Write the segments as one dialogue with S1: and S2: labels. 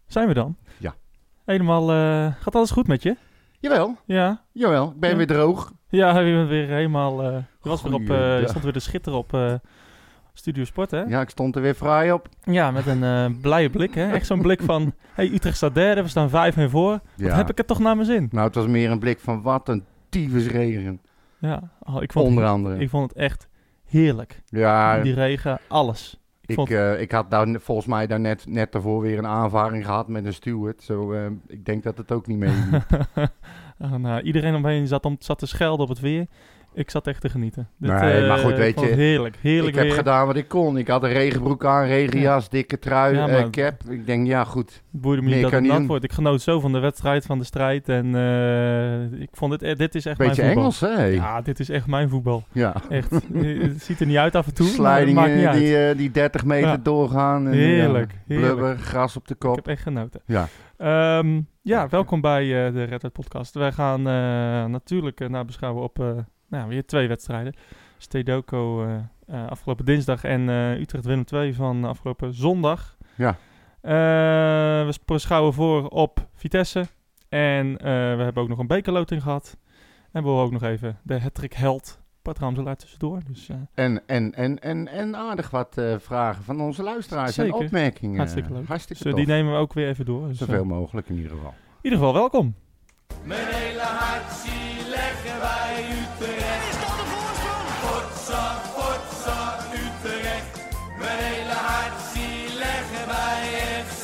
S1: Zijn we dan?
S2: Ja.
S1: Helemaal, gaat alles goed met je?
S2: Jawel,
S1: Ja.
S2: ik ben weer droog.
S1: Ja, je bent weer helemaal... je was weer
S2: Goeiedag.
S1: je stond weer te schitteren op Studio Sport, hè?
S2: Ja, ik stond er weer fraai op.
S1: Ja, met een blije blik, hè? Echt zo'n blik van, hey, Utrecht staat derde, we staan 5-1 voor. Wat
S2: Ja.
S1: heb ik het toch naar mijn zin?
S2: Nou, het was meer een blik van wat een tyfusregen.
S1: Ja,
S2: Onder andere.
S1: Ik vond het echt heerlijk.
S2: Ja,
S1: Die regen, alles.
S2: ik had daar volgens mij daar net daarvoor weer een aanvaring gehad met een steward. Zo, ik denk dat het ook niet mee.
S1: Nou, iedereen omheen zat te schelden op het weer. Ik zat echt te genieten.
S2: Nee, maar goed, weet
S1: ik vond
S2: je,
S1: het heerlijk
S2: Ik heb
S1: weer.
S2: gedaan wat ik kon. Ik had een regenbroek aan, regenjas, dikke trui,
S1: Ja, maar-
S2: cap. Ik denk, ja goed.
S1: Het boeide me
S2: meer
S1: niet dat
S2: kan
S1: het
S2: niet
S1: nat
S2: doen.
S1: wordt. Ik genoot zo van de wedstrijd, van de strijd. En ik vond dit is echt
S2: Beetje
S1: mijn voetbal.
S2: Engels, hè?
S1: Ja, dit is echt mijn voetbal.
S2: Ja.
S1: Echt. Het ziet er niet uit af en toe, maar het maakt niet
S2: Slijdingen
S1: uit.
S2: die 30 meter
S1: Ja.
S2: doorgaan. En,
S1: Heerlijk, heerlijk.
S2: Blubber, gras op de
S1: Ik
S2: kop.
S1: heb echt genoten.
S2: Ja.
S1: Welkom bij de Red Hat Podcast. Wij gaan natuurlijk nabeschouwen op weer 2 wedstrijden. Stedoco afgelopen dinsdag en Utrecht Willem II van afgelopen zondag.
S2: Ja.
S1: We beschouwen voor op Vitesse. En we hebben ook nog een bekerloting gehad. En we horen ook nog even de hattrick held Bart Ramselaar tussendoor. Dus
S2: En aardig wat vragen van onze luisteraars
S1: Zeker.
S2: en opmerkingen.
S1: hartstikke leuk.
S2: Hartstikke
S1: dus
S2: tof.
S1: die nemen we ook weer even door. Dus,
S2: Zoveel mogelijk in ieder geval.
S1: in ieder geval welkom.
S3: Mijn hele hart zie leggen wij Utrecht. Is dat de voorsprong? Potsa, potsa, Utrecht. Mijn hele hart zie leggen wij FC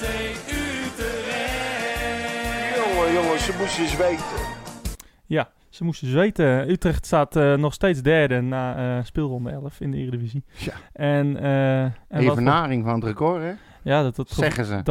S3: Utrecht.
S4: Jongen, ze moesten eens weten.
S1: Ja, ze moesten dus weten. Utrecht staat nog steeds derde na speelronde 11 in de Eredivisie.
S2: Ja.
S1: En wat voor-
S2: Evenaring van het record, hè?
S1: Ja, dat
S2: Zeggen ze.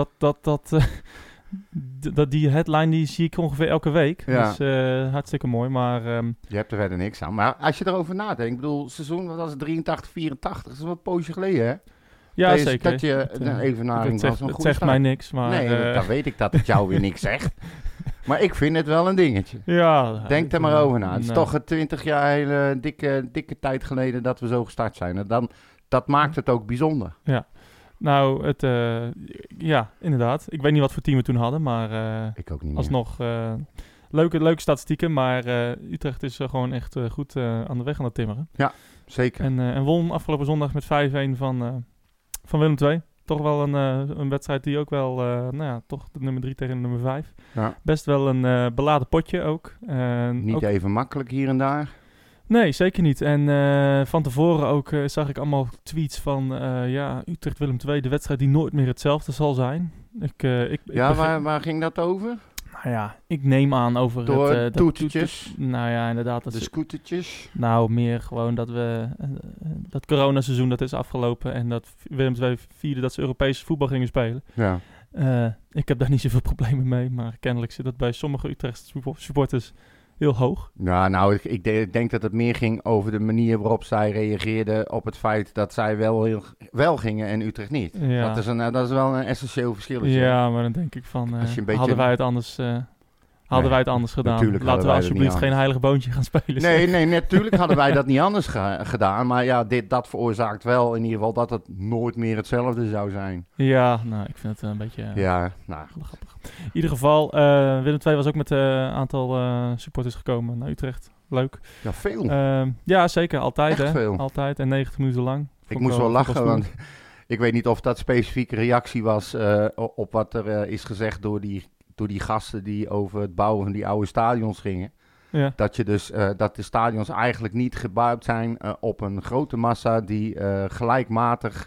S1: dat die headline die zie ik ongeveer elke week.
S2: Ja.
S1: Dus hartstikke mooi. Maar
S2: Je hebt er verder niks aan. Maar als je erover nadenkt, ik bedoel, seizoen, wat was het, 83, 84, dat is wel een poosje geleden, hè?
S1: ja,
S2: Dat is-
S1: zeker.
S2: Dat je een evenaring was.
S1: Het zegt mij niks. Maar,
S2: Nee, dan weet ik dat het jou weer niks zegt. Maar ik vind het wel een dingetje.
S1: ja,
S2: Denk er maar over na. Het is
S1: nou,
S2: toch 20 jaar hele dikke tijd geleden dat we zo gestart zijn. En dan, dat maakt het ook bijzonder.
S1: Nou, ja, inderdaad. Ik weet niet wat voor team we toen hadden, maar
S2: Ik ook niet meer.
S1: alsnog leuke statistieken. Maar Utrecht is gewoon echt goed aan de weg aan het timmeren.
S2: Zeker.
S1: En won afgelopen zondag met 5-1 van Willem II. Toch wel een wedstrijd die ook wel, toch de nummer 3 tegen de nummer 5.
S2: Ja.
S1: Best wel een beladen potje ook.
S2: Niet
S1: ook
S2: even makkelijk hier en daar.
S1: Nee, zeker niet. En van tevoren ook zag ik allemaal tweets van Utrecht Willem II, de wedstrijd die nooit meer hetzelfde zal zijn.
S2: Waar ging dat over?
S1: Nou ja, ik neem aan over
S2: Door
S1: het...
S2: toetertjes,
S1: nou ja, inderdaad.
S2: de scootertjes.
S1: Nou, meer gewoon dat we... dat coronaseizoen, dat is afgelopen. En dat Willem II vierde dat ze Europees voetbal gingen spelen.
S2: Ja.
S1: Ik heb daar niet zoveel problemen mee. Maar kennelijk zit dat bij sommige Utrechtse supporters heel hoog.
S2: Ja, nou, ik denk dat het meer ging over de manier waarop zij reageerden op het feit dat zij wel gingen en Utrecht niet.
S1: Ja.
S2: Dat is wel een essentieel verschilletje.
S1: Ja, maar dan denk ik van...
S2: Als je een beetje-
S1: hadden wij het anders... wij het anders gedaan.
S2: natuurlijk
S1: Laten
S2: hadden
S1: we
S2: wij het
S1: alsjeblieft
S2: niet
S1: geen heilig boontje gaan spelen.
S2: Nee, natuurlijk hadden wij dat niet anders gedaan. Maar ja, dat veroorzaakt wel in ieder geval dat het nooit meer hetzelfde zou zijn.
S1: Ja, nou, ik vind het een beetje
S2: Ja, nou goed.
S1: grappig. In ieder geval, Willem II was ook met een aantal supporters gekomen naar Utrecht. Leuk.
S2: Ja, veel.
S1: Ja, zeker. Altijd,
S2: Echt
S1: hè.
S2: veel.
S1: Altijd. En 90 minuten lang.
S2: Ik moest wel lachen, want ik weet niet of dat specifieke reactie was op wat er is gezegd door die gasten die over het bouwen van die oude stadions gingen.
S1: Ja.
S2: Dat je dus dat de stadions eigenlijk niet gebouwd zijn op een grote massa die gelijkmatig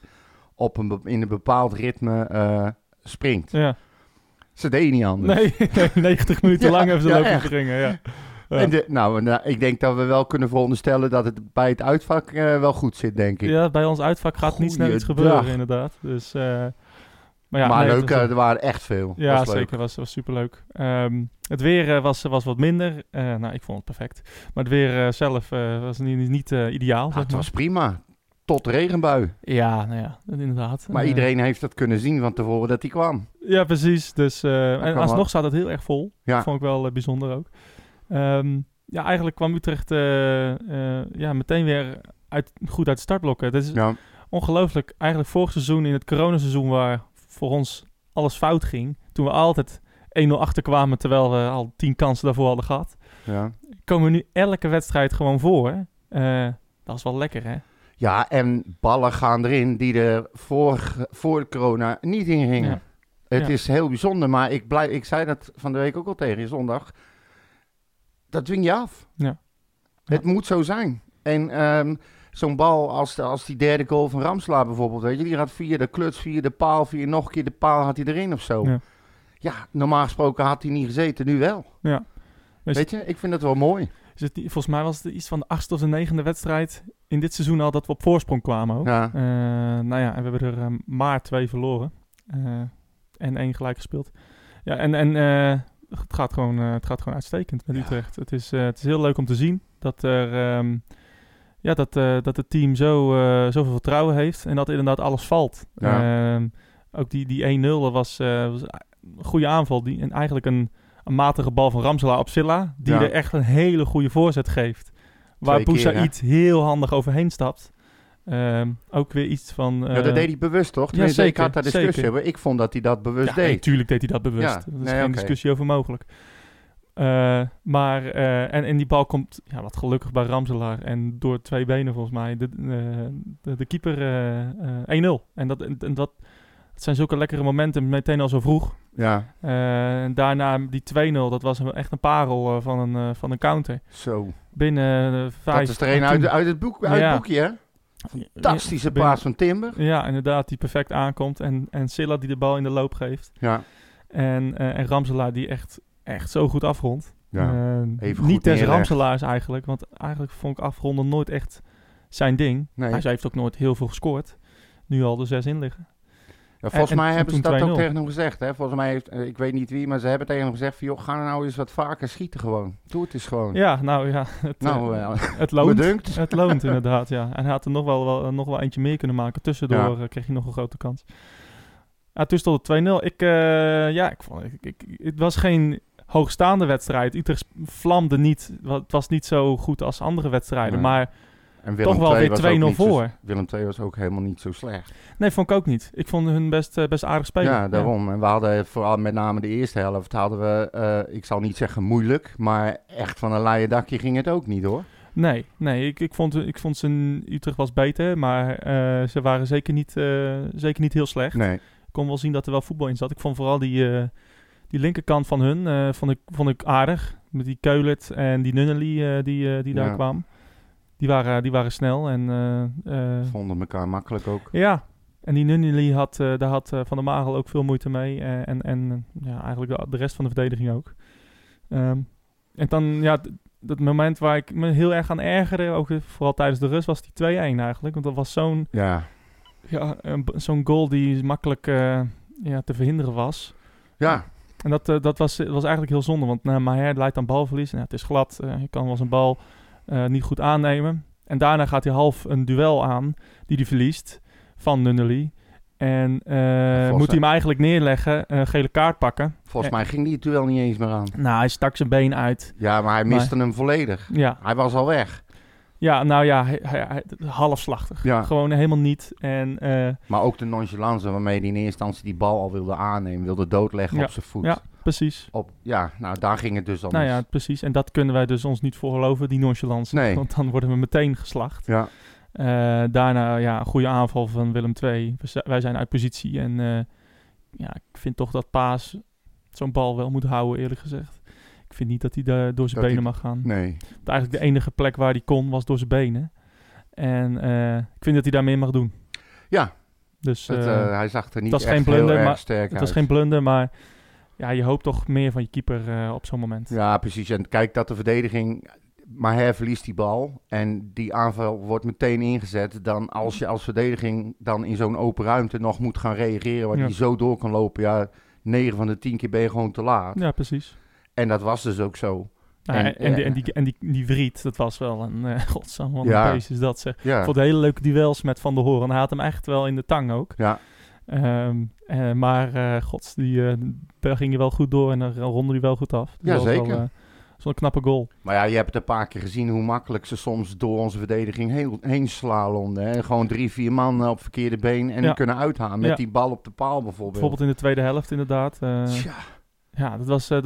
S2: in een bepaald ritme springt.
S1: Ja.
S2: Ze deden niet anders.
S1: Nee, 90 minuten
S2: Ja,
S1: lang hebben ze
S2: ja,
S1: lopen
S2: echt.
S1: springen, ja. Ja.
S2: En ik denk dat we wel kunnen veronderstellen dat het bij het uitvak wel goed zit, denk ik.
S1: Ja, bij ons uitvak gaat niet snel iets
S2: Goeiedag.
S1: gebeuren, inderdaad. Dus, maar ja,
S2: maar
S1: nee,
S2: leuk,
S1: het was-
S2: er waren echt veel.
S1: Ja,
S2: Was leuk.
S1: zeker. Was superleuk. Het weer was wat minder. Nou, ik vond het perfect. Maar het weer zelf was niet ideaal.
S2: Ja,
S1: zeg
S2: het
S1: maar.
S2: was prima. Tot de regenbui.
S1: Ja, nou ja, inderdaad.
S2: Maar iedereen heeft dat kunnen zien van tevoren dat hij kwam.
S1: Ja, precies. Dus, en
S2: kan
S1: alsnog
S2: wel.
S1: staat het heel erg vol.
S2: Ja.
S1: Dat vond ik wel bijzonder ook. Ja, eigenlijk kwam Utrecht meteen weer goed uit de startblokken. Het is ongelooflijk. Eigenlijk vorig seizoen in het coronaseizoen waar voor ons alles fout ging. toen we altijd 1-0 achterkwamen, terwijl we al 10 kansen daarvoor hadden gehad.
S2: Ja.
S1: Komen we nu elke wedstrijd gewoon voor. Dat is wel lekker, hè?
S2: Ja, en ballen gaan erin die er voor de corona niet in gingen.
S1: Ja.
S2: Het
S1: Ja.
S2: is heel bijzonder, maar ik zei dat van de week ook al tegen je zondag. Dat dwing je af.
S1: Ja.
S2: Het moet zo zijn. En zo'n bal als die derde goal van Ramselaar bijvoorbeeld, weet je, die gaat via de kluts, via de paal, via nog een keer de paal had hij erin of zo.
S1: Ja.
S2: Ja, normaal gesproken had hij niet gezeten, nu wel.
S1: Ja. Dus
S2: Weet je, ik vind het wel mooi.
S1: is het, volgens mij was het iets van de 8e of de 9e wedstrijd in dit seizoen al dat we op voorsprong kwamen ook.
S2: Ja.
S1: En we hebben er maar 2 verloren. En 1 gelijk gespeeld. Ja, en het gaat gewoon uitstekend met
S2: Ja.
S1: Utrecht. Het is heel leuk om te zien dat dat het team zoveel vertrouwen heeft en dat inderdaad alles valt.
S2: Ja.
S1: Ook die 1-0 dat was een goede aanval. En eigenlijk een matige bal van Ramselaar op Silla, die
S2: Ja.
S1: er echt een hele goede voorzet geeft. Waar
S2: 2 keer,
S1: Boussaïd heel handig overheen stapt. Ook weer iets van...
S2: Ja, dat deed hij bewust, toch? Tenminste,
S1: zeker,
S2: ik had daar discussie
S1: zeker.
S2: over. Ik vond dat hij dat bewust
S1: ja,
S2: deed.
S1: natuurlijk deed hij dat bewust.
S2: Ja,
S1: Er is
S2: nee,
S1: geen
S2: oké.
S1: discussie over mogelijk. En die bal komt wat gelukkig bij Ramselaar. En door 2 benen volgens mij de keeper 1-0. En dat zijn zulke lekkere momenten meteen al zo vroeg.
S2: Ja,
S1: En daarna die 2-0, dat was echt een parel van een counter.
S2: zo.
S1: Binnen 5...
S2: Dat is er een uit het boekje, hè? Fantastische
S1: binnen-
S2: paas van Timber.
S1: Ja, inderdaad, die perfect aankomt. En Silla die de bal in de loop geeft.
S2: Ja,
S1: En Ramselaar die echt zo goed afrondt.
S2: ja. Even goed
S1: Niet des
S2: neerlegt.
S1: Ramselaars eigenlijk. Want eigenlijk vond ik afronden nooit echt zijn ding.
S2: Nee.
S1: Hij heeft ook nooit heel veel gescoord. Nu al de 6 in liggen.
S2: Ja, volgens
S1: en
S2: mij hebben ze
S1: toen
S2: dat ook
S1: 2-0.
S2: tegen hem gezegd, hè? Volgens mij heeft, ik weet niet wie, maar ze hebben tegen hem gezegd van, joh, ga nou eens wat vaker schieten gewoon. Doe het eens gewoon.
S1: Ja, nou ja. Het loont.
S2: bedankt.
S1: Het loont inderdaad, ja. En hij had er nog wel eentje meer kunnen maken. Tussendoor kreeg hij nog een grote kans. Ja, toen stond het 2-0. Het was geen hoogstaande wedstrijd. Utrecht vlamde niet. Het was niet zo goed als andere wedstrijden.
S2: Nee.
S1: Maar
S2: En
S1: toch wel
S2: II
S1: weer
S2: was
S1: 2-0
S2: ook niet zo-
S1: voor.
S2: Willem II was ook helemaal niet zo slecht.
S1: nee, vond ik ook niet. Ik vond hun best aardig spelen.
S2: Ja, daarom. En we hadden vooral met name de eerste helft hadden we, ik zal niet zeggen moeilijk, maar echt van een leien dakje ging het ook niet, hoor.
S1: Nee. Ik vond ze Utrecht was beter. Maar ze waren zeker niet heel slecht.
S2: Nee.
S1: Ik kon wel zien dat er wel voetbal in zat. Ik vond vooral die linkerkant van hun vond ik aardig. Met die Keulert en die Nunnely die daar
S2: Ja.
S1: kwamen. Die waren snel. En
S2: Vonden elkaar makkelijk ook.
S1: ja, en die Nunnely daar had Van der Marel ook veel moeite mee. Eigenlijk de rest van de verdediging ook. En dan, ja, dat moment waar ik me heel erg aan ergerde, ook vooral tijdens de rust, was die 2-1 eigenlijk. Want dat was zo'n goal die makkelijk te verhinderen was.
S2: Ja,
S1: En dat was eigenlijk heel zonde, want Maher leidt dan balverlies. Het is glad, je kan wel zijn bal niet goed aannemen. En daarna gaat hij half een duel aan, die hij verliest, van Nunnely. En moet hij hem eigenlijk neerleggen, een gele kaart pakken.
S2: volgens mij ging die het duel niet eens meer aan.
S1: Nou, hij stak zijn been uit.
S2: Ja, maar hij miste hem volledig.
S1: Ja,
S2: Hij was al weg.
S1: ja nou ja, hij halfslachtig.
S2: Ja.
S1: Gewoon helemaal niet. En
S2: Maar ook de nonchalance waarmee hij in eerste instantie die bal al wilde aannemen, wilde doodleggen
S1: Ja.
S2: op zijn voet.
S1: ja, precies.
S2: Nou daar ging het dus al
S1: Nou
S2: mis.
S1: ja, precies. En dat kunnen wij dus ons niet voorgeloven, die nonchalance.
S2: Nee.
S1: Want dan worden we meteen geslacht.
S2: Ja,
S1: Daarna een goede aanval van Willem II. Wij zijn uit positie. En ik vind toch dat Paas zo'n bal wel moet houden, eerlijk gezegd. Ik vind niet dat hij daar door zijn
S2: Dat
S1: benen
S2: hij-
S1: mag gaan.
S2: nee.
S1: Eigenlijk de enige plek waar hij kon, was door zijn benen. En ik vind dat hij daar meer mag doen.
S2: Ja,
S1: Dus
S2: hij zag er niet
S1: dat is
S2: echt
S1: geen blunder,
S2: heel erg
S1: maar
S2: sterk
S1: het
S2: uit.
S1: was geen blunder, maar ja, je hoopt toch meer van je keeper op zo'n moment.
S2: Ja, precies. En kijk dat de verdediging... Maher verliest die bal en die aanval wordt meteen ingezet. Dan als je als verdediging dan in zo'n open ruimte nog moet gaan reageren, waar
S1: Ja.
S2: die zo door kan lopen, ja, 9 van de 10 keer ben je gewoon te laat.
S1: Ja, precies.
S2: En dat was dus ook zo.
S1: Nou,
S2: En-
S1: die Vriet, dat was wel een godsam, wat
S2: Ja.
S1: een beest is dat zeg.
S2: Ja,
S1: Ik vond hele leuke duels met Van der Hoorn. Hij had hem echt wel in de tang ook.
S2: ja,
S1: Maar daar ging je wel goed door en dan ronde hij wel goed af. Dus
S2: Ja,
S1: dat was
S2: zeker.
S1: zo'n knappe goal.
S2: Maar ja, je hebt het een paar keer gezien hoe makkelijk ze soms door onze verdediging heen slalomden. Hè? Gewoon 3-4 man op verkeerde been en die kunnen uithalen met die bal op de paal bijvoorbeeld.
S1: Bijvoorbeeld in de tweede helft inderdaad. Ja,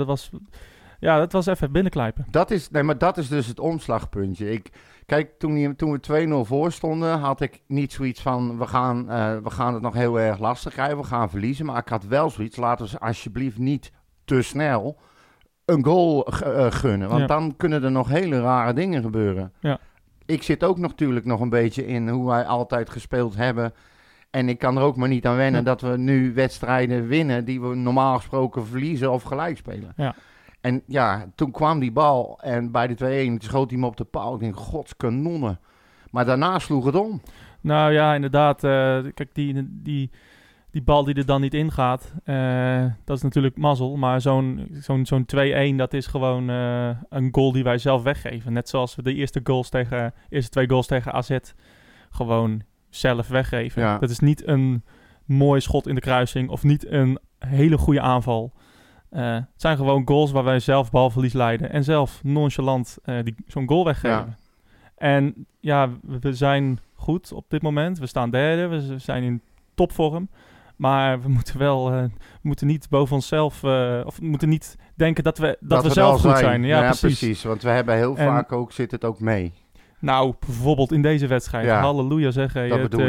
S1: dat was even binnenklijpen.
S2: Dat is dus het omslagpuntje. Kijk, toen we 2-0 voor stonden, had ik niet zoiets van, we gaan het nog heel erg lastig krijgen, we gaan verliezen. Maar ik had wel zoiets, laten we alsjeblieft niet te snel een goal gunnen. Want dan kunnen er nog hele rare dingen gebeuren. Ja. Ik zit ook natuurlijk nog een beetje in hoe wij altijd gespeeld hebben. En ik kan er ook maar niet aan wennen dat we nu wedstrijden winnen die we normaal gesproken verliezen of gelijk spelen. Ja. En ja, toen kwam die bal en bij de 2-1 schoot hij hem op de paal. Ik denk, godskanonnen. Maar daarna sloeg het om.
S1: Nou ja, inderdaad. Kijk, die bal die er dan niet ingaat, dat is natuurlijk mazzel. Maar zo'n 2-1, dat is gewoon een goal die wij zelf weggeven. Net zoals we de eerste 2 goals tegen AZ gewoon zelf weggeven. Ja. Dat is niet een mooi schot in de kruising of niet een hele goede aanval. Het zijn gewoon goals waar wij zelf balverlies leiden en zelf nonchalant zo'n goal weggeven. Ja. En ja, we zijn goed op dit moment. We staan derde, we zijn in topvorm. Maar we moeten niet boven onszelf, of we moeten niet denken dat we zelf goed zijn. Ja, precies.
S2: Want we hebben heel vaak ook, zit het ook mee.
S1: Nou, bijvoorbeeld in deze wedstrijd. Ja, halleluja zeggen.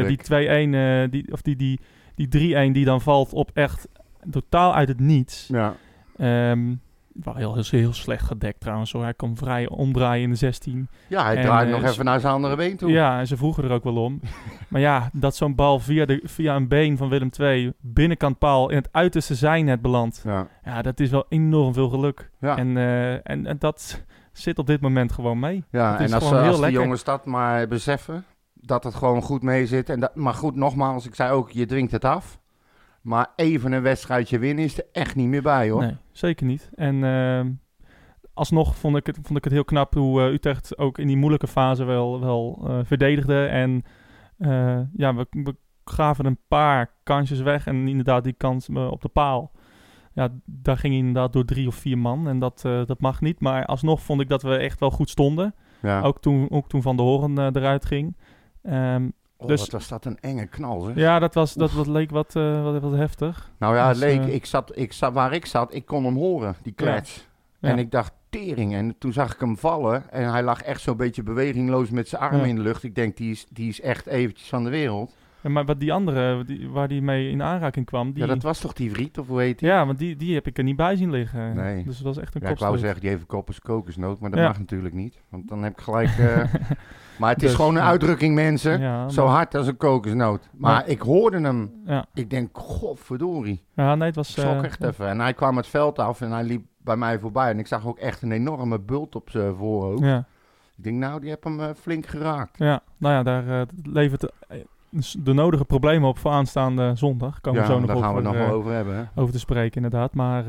S1: Die 2-1, die 3-1 die dan valt op echt totaal uit het niets. Ja. Wel heel slecht gedekt trouwens hoor. Hij kon vrij omdraaien in de 16.
S2: Ja, hij draait nog even naar zijn andere been toe.
S1: Ja, en ze vroegen er ook wel om. Maar ja, dat zo'n bal via een been van Willem II binnenkant paal in het uiterste zijnet belandt. Ja, dat is wel enorm veel geluk. Ja. En dat zit op dit moment gewoon mee.
S2: Ja, en als de jongens dat maar beseffen, dat het gewoon goed mee zit. Maar goed, nogmaals, ik zei ook, je dwingt het af. Maar even een wedstrijdje winnen is er echt niet meer bij, hoor.
S1: Nee, zeker niet. En alsnog vond ik het heel knap hoe Utrecht ook in die moeilijke fase wel verdedigde. En we gaven een paar kansjes weg. En inderdaad die kans op de paal. Ja, daar ging inderdaad door 3 of 4 man. En dat mag niet. Maar alsnog vond ik dat we echt wel goed stonden. Ja. Ook toen Van der Hoorn eruit ging.
S2: Dus, wat was dat een enge knal, zeg.
S1: Ja, dat leek wat heftig.
S2: Nou ja, ik zat waar ik zat, ik kon hem horen, die klets. Ja. En ik dacht, tering. En toen zag ik hem vallen en hij lag echt zo'n beetje bewegingloos met zijn armen in de lucht. Ik denk, die is echt eventjes van de wereld.
S1: Ja, maar wat die andere, waar die mee in aanraking kwam...
S2: Ja, dat was toch die Vriet, of hoe heet die?
S1: Ja, want die heb ik er niet bij zien liggen. Nee. Dus het was echt een kopstoot.
S2: Ik wou zeggen, die heeft kokosnoot, maar dat mag natuurlijk niet. Want dan heb ik gelijk... Maar het is gewoon een uitdrukking, mensen. Ja, zo hard als een kokosnoot. Maar ik hoorde hem. Ja. Ik denk, godverdorie.
S1: Ja, nee, het was...
S2: Ik schrok echt even. En hij kwam het veld af en hij liep bij mij voorbij. En ik zag ook echt een enorme bult op zijn voorhoofd. Ja. Ik denk, nou, die heb hem flink geraakt. Ja,
S1: nou ja, daar levert de nodige problemen op voor aanstaande zondag. Komen we zo nog
S2: daar gaan we het nog wel over hebben. Hè?
S1: Over te spreken, inderdaad. Maar...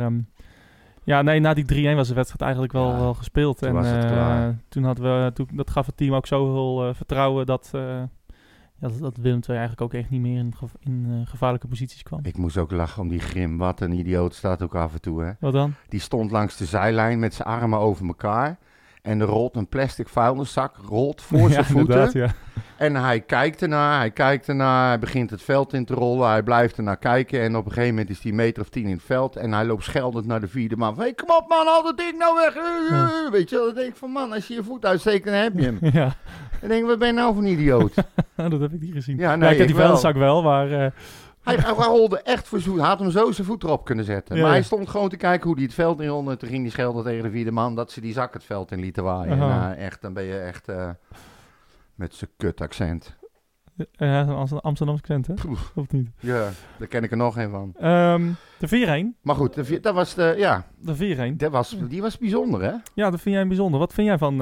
S1: na die 3-1 was de wedstrijd eigenlijk wel gespeeld.
S2: Toen was het klaar.
S1: Dat gaf het team ook zoveel vertrouwen dat Willem II eigenlijk ook echt niet meer in gevaarlijke posities kwam.
S2: Ik moest ook lachen om die Grim. Wat een idioot staat ook af en toe, hè.
S1: Wat dan?
S2: Die stond langs de zijlijn met zijn armen over elkaar. En er rolt een plastic vuilniszak voor zijn voeten. Ja. En hij kijkt ernaar, hij begint het veld in te rollen, hij blijft ernaar kijken en op een gegeven moment is hij 1 meter of 10 in het veld en hij loopt scheldend naar de 4e man. Hey, kom op man, haal dat ding nou weg. Ja. Weet je wel, dan denk ik van man, als je je voet uitsteekt, dan heb je hem. Ja. Dan denk ik, wat ben je nou voor een idioot?
S1: Dat heb ik niet gezien. Ja, nee, ik heb die vuilniszak wel, maar...
S2: Hij rolde echt voor zoet. Hij had hem zo zijn voet erop kunnen zetten. Ja, maar hij stond gewoon te kijken hoe hij het veld inrolde. Toen ging hij schelden tegen de 4e man dat ze die zak het veld in lieten waaien. Dan ben je echt met zijn kutaccent.
S1: Ja, een Amsterdamse accent, hè? Of niet?
S2: Ja, daar ken ik er nog een van.
S1: De 4-1.
S2: Maar goed, dat was de, ja.
S1: De 4-1.
S2: Die was bijzonder, hè?
S1: Ja, dat vind jij bijzonder. Wat vind jij van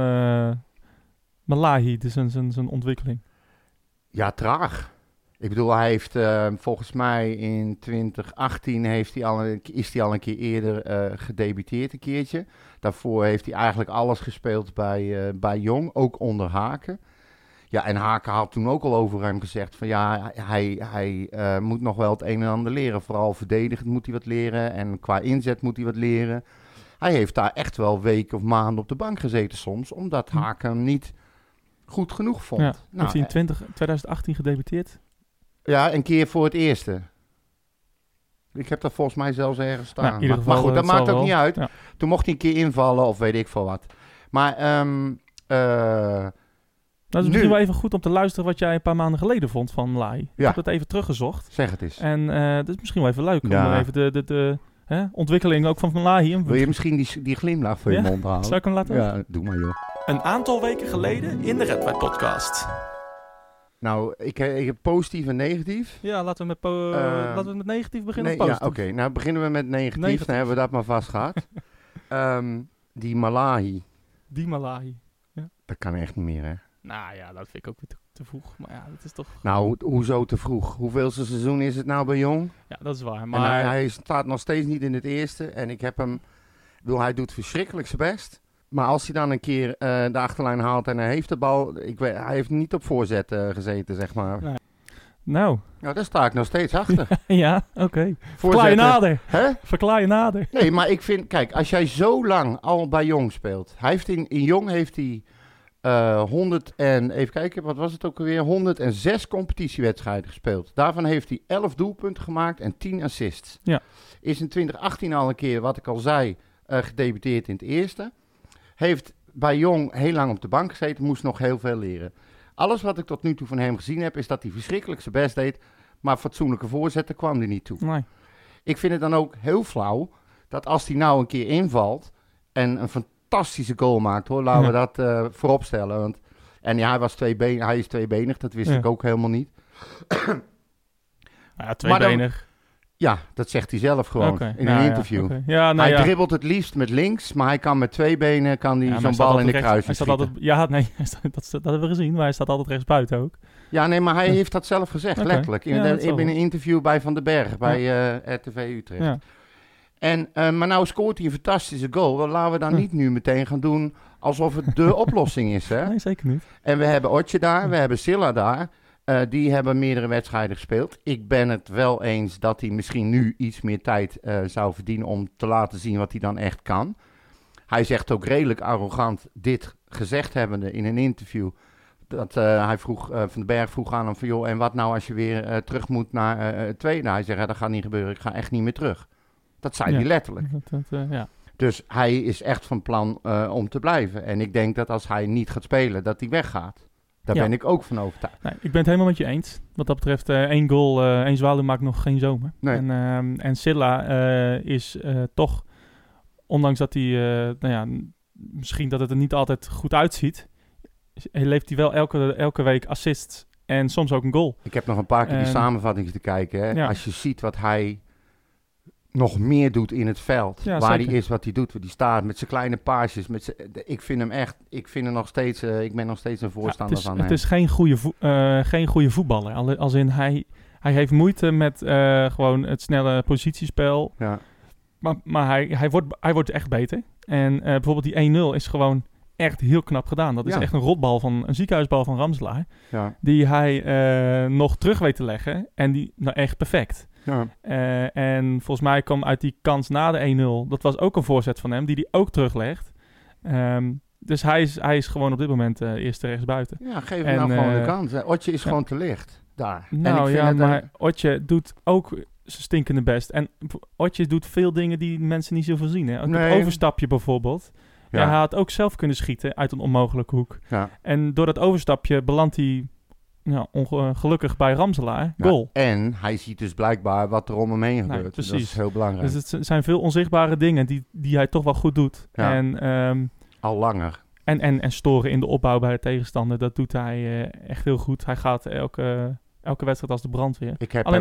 S1: Malahi, dus zijn ontwikkeling?
S2: Ja, traag. Ik bedoel, hij heeft volgens mij in 2018 is hij al een keer eerder gedebuteerd een keertje. Daarvoor heeft hij eigenlijk alles gespeeld bij Jong, ook onder Haken. Ja, en Haken had toen ook al over hem gezegd van ja, hij moet nog wel het een en ander leren. Vooral verdedigend moet hij wat leren en qua inzet moet hij wat leren. hij heeft daar echt wel weken of maanden op de bank gezeten soms, omdat Haak hem niet goed genoeg vond.
S1: Ja. Heeft hij in 2018 gedebuteerd?
S2: Ja, een keer voor het eerste. Ik heb dat volgens mij zelfs ergens staan.
S1: Ja, in ieder geval,
S2: maar goed, dat maakt ook niet uit.
S1: Ja.
S2: Toen mocht hij een keer invallen of weet ik veel wat. Maar
S1: Dat is misschien wel even goed om te luisteren wat jij een paar maanden geleden vond van Lai. Ik heb het even teruggezocht.
S2: Zeg het eens.
S1: En dat is misschien wel even leuk om even de ontwikkeling ook van Lai.
S2: Wil je misschien die glimlach voor je mond halen?
S1: Zou ik hem laten?
S2: Ja, doe maar joh.
S4: Een aantal weken geleden in de Red White Podcast.
S2: Nou, ik heb positief en negatief.
S1: Ja, laten we met negatief beginnen of positief?
S2: Ja, oké. Nou, beginnen we met negatief. Dan hebben we dat maar vast gehad. Die Malahi.
S1: Die Malahi. Ja.
S2: Dat kan echt niet meer, hè?
S1: Nou ja, dat vind ik ook weer te vroeg. Maar ja, dat is toch...
S2: Nou, hoezo te vroeg? Hoeveelste seizoen is het nou bij Jong?
S1: Ja, dat is waar. Maar
S2: En hij staat nog steeds niet in het eerste. En ik heb hem... Ik bedoel, hij doet verschrikkelijk zijn best. Maar als hij dan een keer de achterlijn haalt en hij heeft de bal... hij heeft niet op voorzet gezeten, zeg maar.
S1: Nee. Nou,
S2: daar sta ik nog steeds achter.
S1: ja, oké. Verklaar je nader.
S2: Hè?
S1: Verklaar je nader.
S2: Nee, maar ik vind... Kijk, als jij zo lang al bij Jong speelt... Hij heeft in Jong heeft hij... 100 en... Even kijken, wat was het ook alweer? 106 competitiewedstrijden gespeeld. Daarvan heeft hij 11 doelpunten gemaakt en 10 assists.
S1: Ja.
S2: Is in 2018 al een keer, wat ik al zei... gedebuteerd in het eerste. Heeft bij Jong heel lang op de bank gezeten. Moest nog heel veel leren. Alles wat ik tot nu toe van hem gezien heb... is dat hij verschrikkelijk zijn best deed... maar fatsoenlijke voorzetten kwam hij niet toe.
S1: Nee.
S2: Ik vind het dan ook heel flauw... dat als hij nou een keer invalt... en een fantastische goal maakt, hoor. Laten we dat voorop stellen. Want, en ja, hij is tweebenig. Dat wist ik ook helemaal niet.
S1: Ja, tweebenig.
S2: Ja, dat zegt hij zelf gewoon in een interview.
S1: Okay. Ja, nou,
S2: hij dribbelt het liefst met links, maar hij kan met twee benen zo'n bal in de kruising schieten.
S1: Dat hebben we gezien, maar hij staat altijd rechtsbuiten ook.
S2: Ja, nee, maar hij heeft dat zelf gezegd, letterlijk. In een interview bij Van den Berg, bij RTV Utrecht. Ja. Maar nou scoort hij een fantastische goal. Well, laten we dan niet nu meteen gaan doen alsof het de oplossing is. Hè?
S1: Nee, zeker niet.
S2: En we hebben Otje daar, we hebben Silla daar. Die hebben meerdere wedstrijden gespeeld. Ik ben het wel eens dat hij misschien nu iets meer tijd zou verdienen om te laten zien wat hij dan echt kan. Hij zegt ook redelijk arrogant dit gezegd hebbende in een interview. Dat hij Van den Berg vroeg aan hem van joh, en wat nou als je weer terug moet naar het tweede? Hij zegt, dat gaat niet gebeuren, ik ga echt niet meer terug. Dat zei hij letterlijk. Dus hij is echt van plan om te blijven. En ik denk dat als hij niet gaat spelen, dat hij weggaat. Daar ben ik ook van overtuigd.
S1: Nee, ik ben het helemaal met je eens. Wat dat betreft, 1 goal, 1 zwaluw maakt nog geen zomer.
S2: Nee.
S1: En Silla is toch, ondanks dat hij, misschien dat het er niet altijd goed uitziet, leeft hij wel elke week assists en soms ook een goal.
S2: Ik heb nog een paar keer die samenvattingen te kijken. Hè. Ja. Als je ziet wat hij nog meer doet in het veld. Ja, waar hij is, wat hij doet. Die staat met zijn kleine paasjes. Ik vind hem echt... Ik ben nog steeds een voorstander van hem.
S1: Het is geen goede voetballer. Als in hij heeft moeite met gewoon het snelle positiespel. Ja. Maar hij wordt echt beter. En bijvoorbeeld die 1-0 is gewoon echt heel knap gedaan. Dat is echt een ziekenhuisbal van Ramselaar. Ja. Die hij nog terug weet te leggen. En die echt perfect. Ja. En volgens mij kwam uit die kans na de 1-0... dat was ook een voorzet van hem, die hij ook teruglegt. Dus hij is gewoon op dit moment eerste rechtsbuiten.
S2: Ja, geef hem nou gewoon de kans. Otje is gewoon te licht daar.
S1: Nou maar Otje doet ook zijn stinkende best. En Otje doet veel dingen die mensen niet zoveel zien. Hè? Ook het overstapje bijvoorbeeld. Ja. Hij had ook zelf kunnen schieten uit een onmogelijke hoek. Ja. En door dat overstapje belandt hij... gelukkig bij Ramselaar, goal.
S2: En hij ziet dus blijkbaar wat er om hem heen gebeurt. Dat is heel belangrijk.
S1: Dus het zijn veel onzichtbare dingen die hij toch wel goed doet. Ja. En,
S2: al langer.
S1: En storen in de opbouw bij de tegenstander, dat doet hij echt heel goed. Hij gaat elke wedstrijd als de brandweer.
S2: Ik heb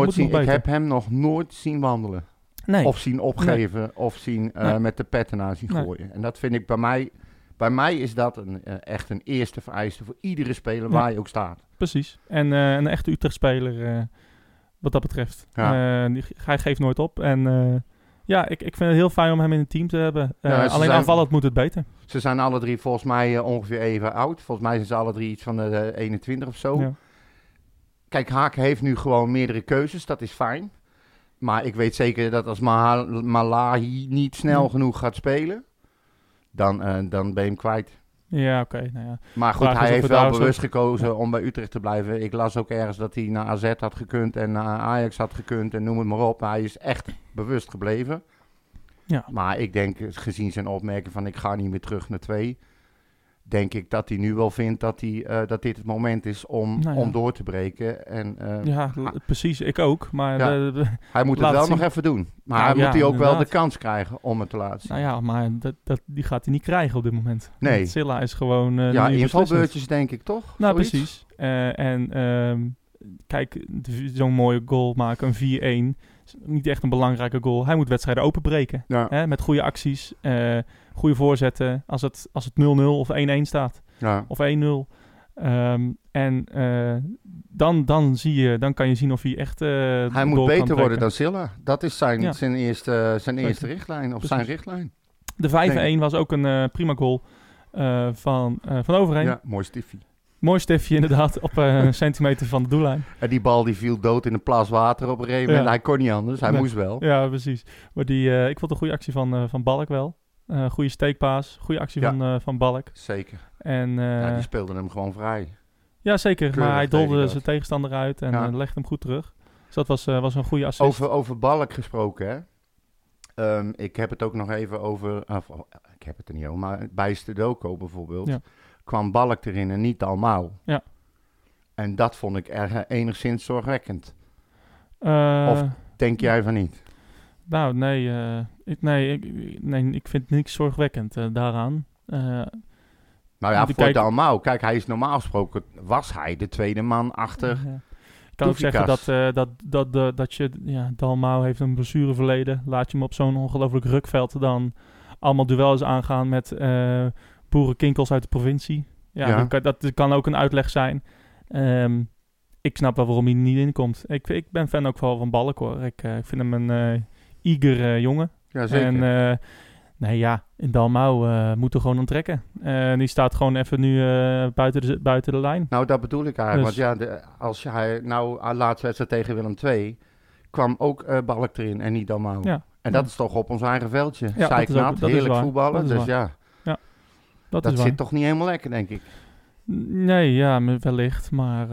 S2: hem nog nooit zien wandelen. Nee. Of zien opgeven, of zien met de petten naar zien gooien. En dat vind ik bij mij... Bij mij is dat echt een eerste vereiste voor iedere speler waar je ook staat.
S1: Precies. En een echte Utrecht-speler wat dat betreft. Ja. Hij geeft nooit op. En ik vind het heel fijn om hem in het team te hebben. Alleen aanvallend moet het beter.
S2: Ze zijn alle drie volgens mij ongeveer even oud. Volgens mij zijn ze alle drie iets van de 21 of zo. Ja. Kijk, Haak heeft nu gewoon meerdere keuzes. Dat is fijn. Maar ik weet zeker dat als Malahi niet snel genoeg gaat spelen, dan ben je hem kwijt.
S1: Ja, oké. Nou ja.
S2: Maar goed,
S1: Vraag is
S2: hij
S1: of
S2: heeft
S1: we
S2: wel
S1: daar zo-
S2: bewust gekozen om bij Utrecht te blijven. Ik las ook ergens dat hij naar AZ had gekund en naar Ajax had gekund en noem het maar op. Hij is echt bewust gebleven.
S1: Ja.
S2: Maar ik denk, gezien zijn opmerking van ik ga niet meer terug naar 2... denk ik dat hij nu wel vindt dat dit het moment is om door te breken. En,
S1: precies. Ik ook. Maar
S2: hij moet het
S1: laat
S2: wel
S1: zien.
S2: nog even doen. Maar
S1: Nou,
S2: hij moet ook wel de
S1: inderdaad.
S2: kans krijgen om het te laten zien.
S1: Nou ja, maar die gaat hij niet krijgen op dit moment.
S2: Nee.
S1: Want Silla is gewoon nu
S2: invalbeurtjes
S1: beslissend.
S2: denk ik toch?
S1: Nou,
S2: Zoiets?
S1: precies. Kijk, zo'n mooie goal maken, een 4-1. Is niet echt een belangrijke goal. Hij moet wedstrijden openbreken.
S2: Ja.
S1: Hè, met goede acties, goede voorzetten. Als het 0-0 of 1-1 staat.
S2: Ja.
S1: Of 1-0. Dan kan je zien of hij echt
S2: Hij moet
S1: door kan
S2: beter worden
S1: trekken.
S2: dan Silla. Dat is zijn eerste
S1: Zeker.
S2: richtlijn. Of
S1: Precies.
S2: zijn richtlijn.
S1: De 5-1 was ook een prima goal van Overheen.
S2: Ja, mooi stiffie.
S1: Mooi stiftje inderdaad, op een centimeter van de doellijn.
S2: En die bal die viel dood in een plas water op een gegeven moment.
S1: Ja.
S2: Hij kon niet anders. Hij
S1: Nee.
S2: moest wel.
S1: Ja, precies. Maar ik vond een goede actie van Balk wel. Goede steekpaas, goede actie van Balk.
S2: Zeker.
S1: En,
S2: Die speelde hem gewoon vrij.
S1: ja, zeker.
S2: Keurig
S1: Maar hij
S2: tegen
S1: dolde
S2: dat.
S1: zijn tegenstander uit en legde hem goed terug. Dus dat was een goede assist.
S2: Over Balk gesproken, hè. Ik heb het ook nog even over... ik heb het er niet over, maar bij Stedoko bijvoorbeeld... kwam Balk erin en niet Dalmau.
S1: Ja.
S2: En dat vond ik enigszins zorgwekkend.
S1: Eh,
S2: Of denk jij van niet?
S1: Nou, ik vind niks zorgwekkend daaraan.
S2: Nou ja,
S1: de
S2: voor
S1: kijk-
S2: Dalmau. Kijk, hij is normaal gesproken... was hij de tweede man achter...
S1: Ja. Ik kan ook zeggen dat je... Ja, Dalmau heeft een blessureverleden. Laat je hem op zo'n ongelooflijk rukveld dan allemaal duels aangaan met boerenkinkels uit de provincie. Ja. Dat kan ook een uitleg zijn. Ik snap wel waarom hij er niet in komt. Ik ben fan ook wel van Balk, hoor. Ik vind hem een eager jongen.
S2: Ja, zeker.
S1: En in Dalmau moet er gewoon aan trekken. Die staat gewoon even nu buiten de lijn.
S2: Nou, dat bedoel ik eigenlijk.
S1: Dus-
S2: Want als hij laatste wedstrijd tegen Willem II... kwam ook Balk erin en niet Dalmau.
S1: Ja.
S2: En dat is toch op ons eigen veldje.
S1: Ja,
S2: Zijknat,
S1: dat is
S2: heerlijk
S1: waar.
S2: voetballen.
S1: Dat is
S2: Dus
S1: waar.
S2: ja,
S1: Dat
S2: dat
S1: is waar.
S2: zit toch niet helemaal lekker, denk ik.
S1: Nee, ja, wellicht. Maar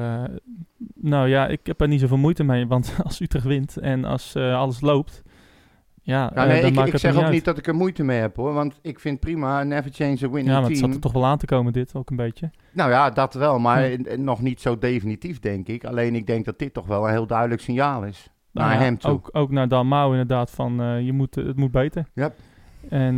S1: ik heb er niet zoveel moeite mee. Want als Utrecht wint en als alles loopt... dan maakt
S2: ik
S1: het
S2: zeg
S1: niet
S2: ook
S1: uit.
S2: niet dat ik er moeite mee heb, hoor. Want ik vind prima, never change a winning
S1: Ja, maar het
S2: team.
S1: zat er toch wel aan te komen, dit ook een beetje.
S2: Nou ja, dat wel. Maar nog niet zo definitief, denk ik. Alleen ik denk dat dit toch wel een heel duidelijk signaal is.
S1: Nou
S2: naar
S1: ja,
S2: hem toe.
S1: ook naar Dalmau inderdaad, van het moet beter.
S2: Yep.
S1: En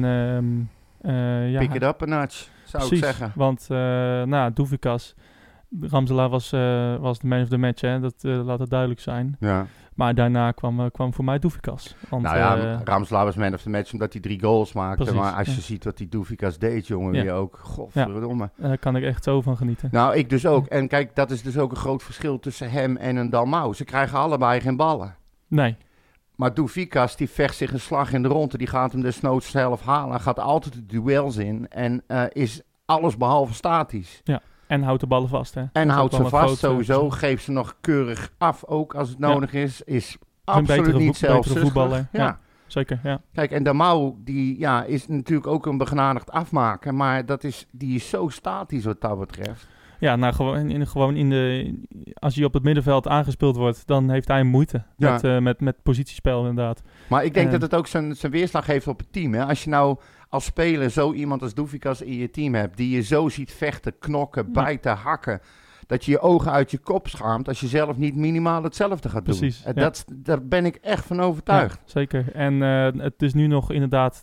S2: Pick it up a notch, zou ik zeggen.
S1: Want Douvikas, Ramselaar was de man of the match, hè? Dat laat het duidelijk zijn.
S2: Ja.
S1: Maar daarna kwam voor mij Douvikas. Want,
S2: Nou ja, Ramselaar was man of the match omdat hij 3 goals maakte.
S1: Precies,
S2: Maar als je ziet wat die Douvikas deed, jongen, weer ook. Godverdomme.
S1: Daar kan ik echt zo van genieten.
S2: Nou, ik dus ook. En kijk, dat is dus ook een groot verschil tussen hem en een Dalmau. Ze krijgen allebei geen ballen.
S1: Nee.
S2: Maar Douvikas, die vecht zich een slag in de ronde. Die gaat hem desnoods zelf halen. Gaat altijd de duels in. En is alles behalve statisch.
S1: Ja. En houdt de ballen vast, hè?
S2: En
S1: Dat
S2: houdt
S1: is
S2: ze
S1: ook wel
S2: vast
S1: een
S2: sowieso. Geeft ze nog keurig af, ook als het nodig is. Is
S1: een
S2: absoluut
S1: betere
S2: niet zelfzuchtig.
S1: voetballer.
S2: Ja.
S1: Ja. Zeker, ja.
S2: Kijk, en Dalmau, die is natuurlijk ook een begenadigd afmaker. Maar die is zo statisch wat dat betreft.
S1: Ja, nou als hij op het middenveld aangespeeld wordt, dan heeft hij moeite met positiespel inderdaad.
S2: Maar ik denk dat het ook zijn weerslag heeft op het team. Hè? Als je nou als speler zo iemand als Douvikas in je team hebt, die je zo ziet vechten, knokken, bijten, hakken, dat je je ogen uit je kop schaamt als je zelf niet minimaal hetzelfde gaat doen.
S1: Precies,
S2: Daar ben ik echt van overtuigd.
S1: Ja, zeker. En het is nu nog inderdaad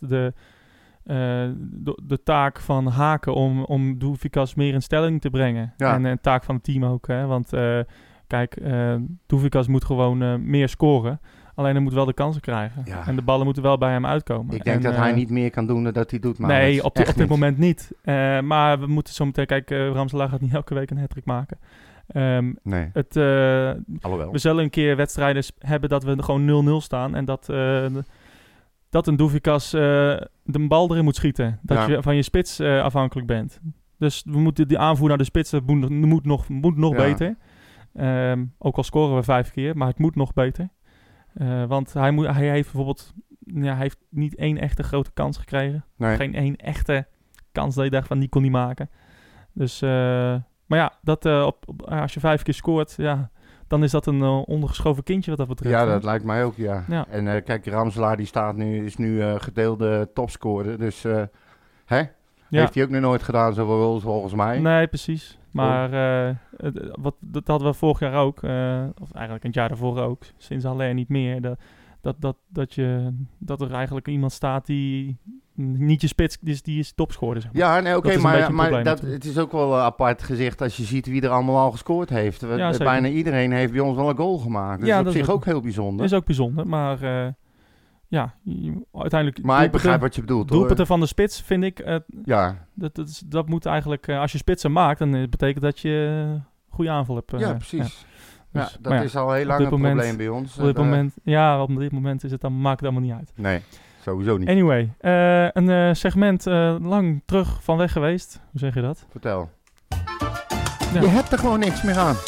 S1: de taak van Haken om Douvikas meer in stelling te brengen.
S2: Ja.
S1: En taak van het team ook. Hè? Want Douvikas moet gewoon meer scoren. Alleen hij moet wel de kansen krijgen.
S2: Ja.
S1: En de ballen moeten wel bij hem uitkomen.
S2: Ik denk dat hij niet meer kan doen dan dat hij doet. Maar
S1: nee, op dit moment niet. Maar we moeten zo meteen... Kijk, Ramselaar gaat niet elke week een hat-trick maken.
S2: Nee.
S1: We zullen een keer wedstrijden hebben dat we gewoon 0-0 staan. En dat een Douvikas de bal erin moet schieten. Dat je van je spits afhankelijk bent. Dus we moeten die aanvoer naar de spits, dat moet nog beter. Ook al scoren we 5 keer, maar het moet nog beter. Want hij heeft bijvoorbeeld... Ja, hij heeft niet één echte grote kans gekregen.
S2: Nee.
S1: Geen één echte kans dat je dacht van die kon niet maken. Dus, maar ja, als je 5 keer scoort, ja, dan is dat een ondergeschoven kindje wat dat betreft.
S2: Ja,
S1: hè?
S2: dat lijkt mij ook, ja.
S1: Ja.
S2: En kijk, Ramselaar die is nu gedeelde topscorer. Dus
S1: Ja.
S2: heeft hij ook nog nooit gedaan zoveel goals volgens mij.
S1: Nee, precies. Maar dat hadden we vorig jaar ook, of eigenlijk het jaar daarvoor ook, sinds alleen niet meer, dat er eigenlijk iemand staat die niet je spits is, die is topscorer. Zeg maar.
S2: Ja, nee, oké,
S1: Dat is een beetje een
S2: maar
S1: probleem
S2: het is ook wel apart gezicht als je ziet wie er allemaal al gescoord heeft.
S1: Ja, zeker.
S2: Bijna iedereen heeft bij ons wel een goal gemaakt. Dus
S1: Ja,
S2: op
S1: dat is
S2: zich
S1: ook-
S2: ook heel bijzonder.
S1: Is ook bijzonder, maar uiteindelijk...
S2: Maar ik begrijp wat je bedoelt, hoor.
S1: doelpunten van de spits vind ik...
S2: Ja,
S1: dat moet eigenlijk... als je spitsen maakt, dan betekent dat je goede aanval hebt.
S2: ja, precies. Ja,
S1: Dus,
S2: dat
S1: maar ja,
S2: is al heel
S1: op
S2: lang
S1: dit
S2: een
S1: moment-
S2: probleem bij ons.
S1: Op dit moment is het dan, maakt het allemaal niet uit.
S2: Nee, sowieso niet.
S1: Anyway, een segment lang terug van weg geweest. Hoe zeg je dat?
S2: Vertel.
S1: Ja.
S2: Je hebt er gewoon niks meer aan.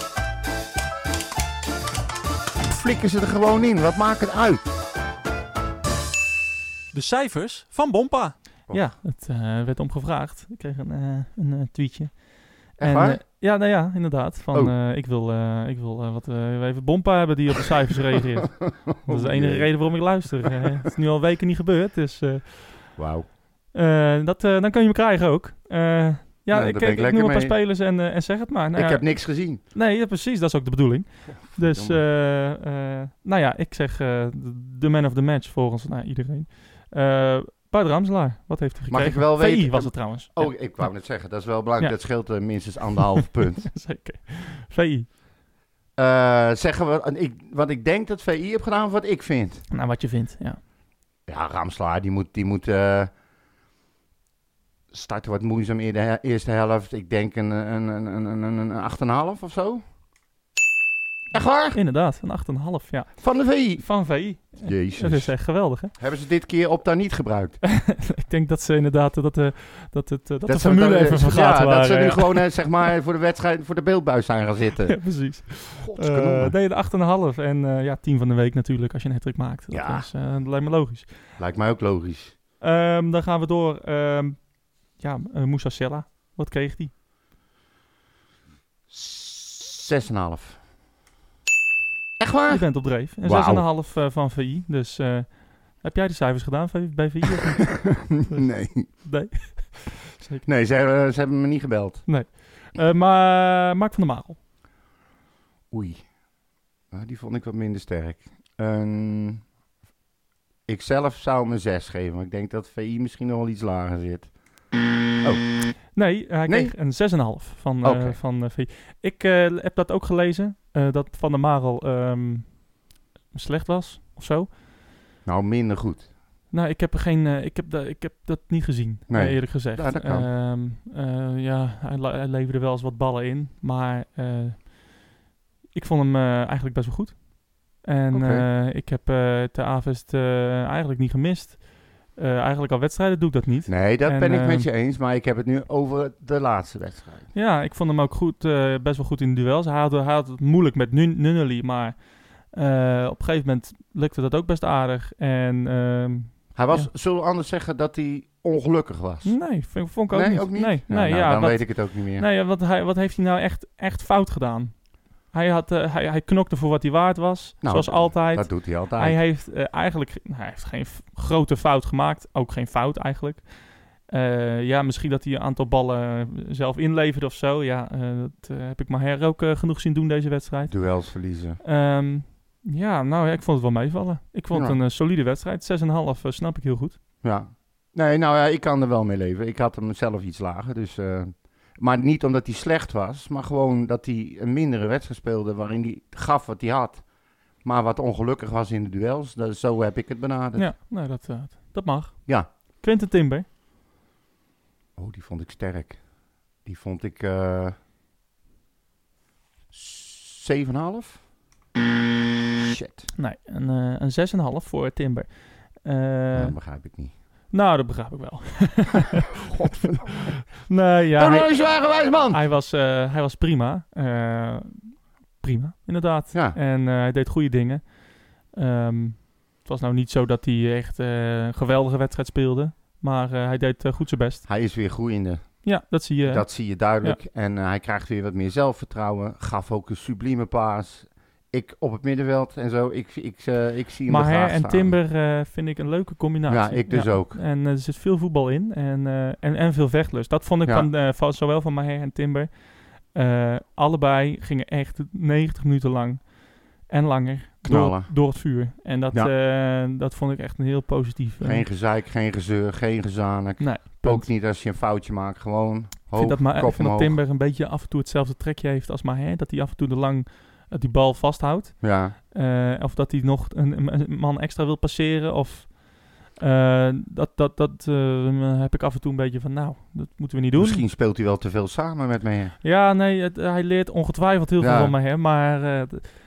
S2: Flikken ze er gewoon in. Wat maakt het uit?
S4: De cijfers van Bompa.
S2: Oh.
S1: Ja, het werd om gevraagd. Ik kreeg een tweetje.
S2: Echt waar?
S1: Ja, nou ja, inderdaad. Van, ik wil even Bompa hebben die op de cijfers reageert. Dat is de enige
S2: jee.
S1: reden waarom ik luister. Het is nu al weken niet gebeurd, dus
S2: Wauw.
S1: dan kun je me krijgen ook. Ja,
S2: daar
S1: ik
S2: ben ik
S1: noem
S2: lekker
S1: een paar
S2: mee.
S1: spelers en zeg het maar. Nou,
S2: Ik
S1: ja,
S2: heb niks gezien.
S1: Nee, ja, precies. Dat is ook de bedoeling. Dus, nou ja, ik zeg de man of the match volgens iedereen. Wouter Ramselaar, wat heeft hij
S2: Mag
S1: gekregen?
S2: ik wel
S1: VI
S2: weten-
S1: was het trouwens.
S2: Oh,
S1: Ja,
S2: ik wou net zeggen. Dat is wel belangrijk.
S1: Ja.
S2: Dat scheelt minstens 1,5 punt.
S1: zeker. VI.
S2: Zeggen we, want ik denk dat VI heb gedaan wat ik vind.
S1: Nou, wat je vindt, ja.
S2: Ja, Ramslaar, die moet starten wat moeizaam in de eerste helft. Ik denk een 8,5 of zo. Echt waar?
S1: Inderdaad, een 8,5, ja.
S2: Van de VI.
S1: Van VI.
S2: Jezus.
S1: Dat is echt geweldig, hè?
S2: Hebben ze dit keer op daar niet gebruikt?
S1: Ik denk dat ze inderdaad, dat de
S2: ze
S1: formule
S2: dan-
S1: even vergaten
S2: Ja, dat ze
S1: waren,
S2: nu
S1: ja.
S2: gewoon zeg maar voor de wedstrijd, voor de beeldbuis zijn gaan zitten.
S1: Ja, precies.
S2: Godskanonnen.
S1: Nee, de 8,5. En ja, team van de week natuurlijk, als je een hat-trick maakt. Dat
S2: Ja.
S1: lijkt me logisch.
S2: Lijkt mij ook logisch.
S1: Dan gaan we door. Moussa Sella. Wat kreeg die?
S2: 6,5. Echt waar?
S1: Je bent op dreef. En
S2: Wauw.
S1: 6,5 van VI. Dus heb jij de cijfers gedaan bij VI? Of niet?
S2: Nee.
S1: Nee. Zeker.
S2: Nee, ze hebben me niet gebeld.
S1: Maar Mark van der Marel.
S2: Oei. Die vond ik wat minder sterk. Ik zelf zou hem een 6 geven, maar ik denk dat VI misschien nog wel iets lager zit.
S1: Nee, hij
S2: Nee?
S1: kreeg een 6,5
S2: Oké.
S1: van VI. Ik heb dat ook gelezen. Dat Van der Marel slecht was of zo.
S2: Nou, minder goed.
S1: Nou, ik heb dat niet gezien,
S2: Nee.
S1: eerlijk gezegd.
S2: Ja, dat kan.
S1: Hij leverde wel eens wat ballen in, maar ik vond hem eigenlijk best wel goed. En
S2: Oké.
S1: ik heb te Avest eigenlijk niet gemist. Eigenlijk al wedstrijden doe ik dat niet.
S2: Nee, dat
S1: En,
S2: ben ik met je eens, maar ik heb het nu over de laatste wedstrijd.
S1: Ja, ik vond hem ook goed, best wel goed in de duels. Hij had het moeilijk met Nunnally, maar op een gegeven moment lukte dat ook best aardig. En
S2: Hij was,
S1: Ja.
S2: zullen we anders zeggen dat hij ongelukkig was?
S1: nee, vond ik ook
S2: Nee,
S1: niet.
S2: ook niet?
S1: Nee,
S2: Nou,
S1: nee,
S2: nou,
S1: ja,
S2: dan
S1: wat-
S2: weet ik het ook niet meer.
S1: Nee, wat heeft hij nou echt fout gedaan? Hij knokte voor wat hij waard was,
S2: Nou,
S1: zoals altijd.
S2: Dat doet hij altijd.
S1: Hij heeft hij heeft geen grote fout gemaakt. Ook geen fout eigenlijk. Ja, misschien dat hij een aantal ballen zelf inleverde of zo. Ja, dat heb ik Maher ook genoeg zien doen deze wedstrijd.
S2: Duels verliezen.
S1: Ja, nou ja, ik vond het wel meevallen. Ik vond het
S2: Ja.
S1: een solide wedstrijd. 6,5 snap ik heel goed.
S2: Ja. Nee, nou ja, ik kan er wel mee leven. Ik had hem zelf iets lager, dus... maar niet omdat hij slecht was, maar gewoon dat hij een mindere wedstrijd speelde waarin hij gaf wat hij had. Maar wat ongelukkig was in de duels. Zo heb ik het benaderd.
S1: Ja, nou, dat mag.
S2: Ja.
S1: Quinten Timber.
S2: Oh, die vond ik sterk. Die vond ik 7,5. Shit.
S1: Nee, een 6,5 voor Timber.
S2: Dat begrijp ik niet.
S1: Nou, dat begrijp ik wel.
S2: Godverdomme.
S1: Nee, ja,
S2: Doe nou eens eigenwijs, man!
S1: hij was prima. Prima, inderdaad.
S2: Ja.
S1: En hij deed goede dingen. Het was nou niet zo dat hij echt een geweldige wedstrijd speelde. Maar hij deed goed zijn best.
S2: Hij is weer groeiende.
S1: Ja, dat zie je.
S2: Dat zie je duidelijk. Ja. En hij krijgt weer wat meer zelfvertrouwen. Gaf ook een sublieme paas. Ik op het middenveld en zo. Ik zie hem
S1: Maher en Timber vind ik een leuke combinatie.
S2: Ja, ik dus ook.
S1: En er zit veel voetbal in. En veel vechtlust. Dat vond ik van zowel van Maher en Timber. Allebei gingen echt 90 minuten lang en langer door het vuur. En dat vond ik echt een heel positief.
S2: Geen gezeik, geen gezeur, geen gezanik.
S1: Nee,
S2: ook niet als je een foutje maakt. Gewoon hoog,
S1: ik vind dat Timber een beetje af en toe hetzelfde trekje heeft als Maher. Dat hij af en toe lang die bal vasthoudt.
S2: Ja.
S1: Of dat hij nog een man extra wil passeren. Of dat heb ik af en toe een beetje van, nou, dat moeten we niet doen.
S2: Misschien speelt hij wel te veel samen met Maher.
S1: Ja, nee, hij leert ongetwijfeld heel veel van Maher. Maar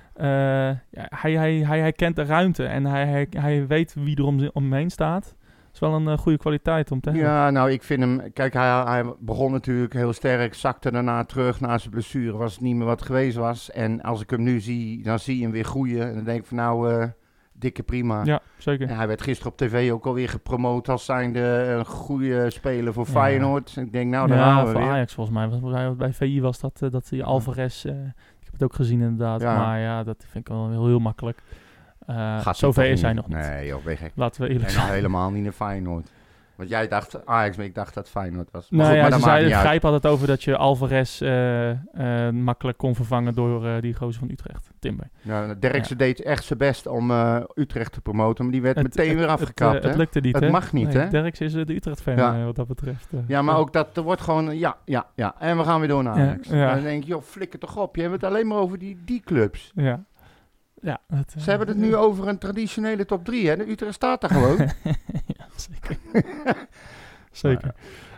S1: hij kent de ruimte en hij weet wie er om hem heen staat. Dat is wel een goede kwaliteit om te hebben.
S2: Ja, nou, ik vind hem... Kijk, hij begon natuurlijk heel sterk, zakte daarna terug na zijn blessure. Was het niet meer wat geweest was. En als ik hem nu zie, dan zie je hem weer groeien. En dan denk ik van, nou, dikke prima.
S1: Ja, zeker.
S2: En hij werd gisteren op tv ook alweer gepromoot als zijnde een goede speler voor Feyenoord. Ik denk, nou, dan halen we
S1: voor
S2: weer.
S1: Ajax volgens mij. Bij VI was dat die Alvarez... ik heb het ook gezien inderdaad. Ja. Maar ja, dat vind ik wel heel makkelijk. Zover is hij nog niet.
S2: Nee, joh, ben je gek.
S1: Laten we eerlijk zijn.
S2: En helemaal niet naar Feyenoord. Want jij dacht Ajax, maar ik dacht dat Feyenoord was.
S1: Maar goed, maar Grijp had het over dat je Alvarez makkelijk kon vervangen door die gozer van Utrecht, Timber.
S2: Ja, Derksen deed echt zijn best om Utrecht te promoten, maar die werd meteen weer afgekapt.
S1: Het lukte niet,
S2: het mag niet, hè?
S1: Derksen is de Utrecht-fan wat dat betreft.
S2: Ja, maar ook dat er wordt gewoon, ja. En we gaan weer door naar Ajax. Ja. Dan denk je, joh, flikker toch op. Je hebt het alleen maar over die clubs.
S1: Ja. Ja,
S2: ze hebben het nu over een traditionele top 3, hè? De Utrecht staat daar gewoon.
S1: Ja, zeker. Zeker.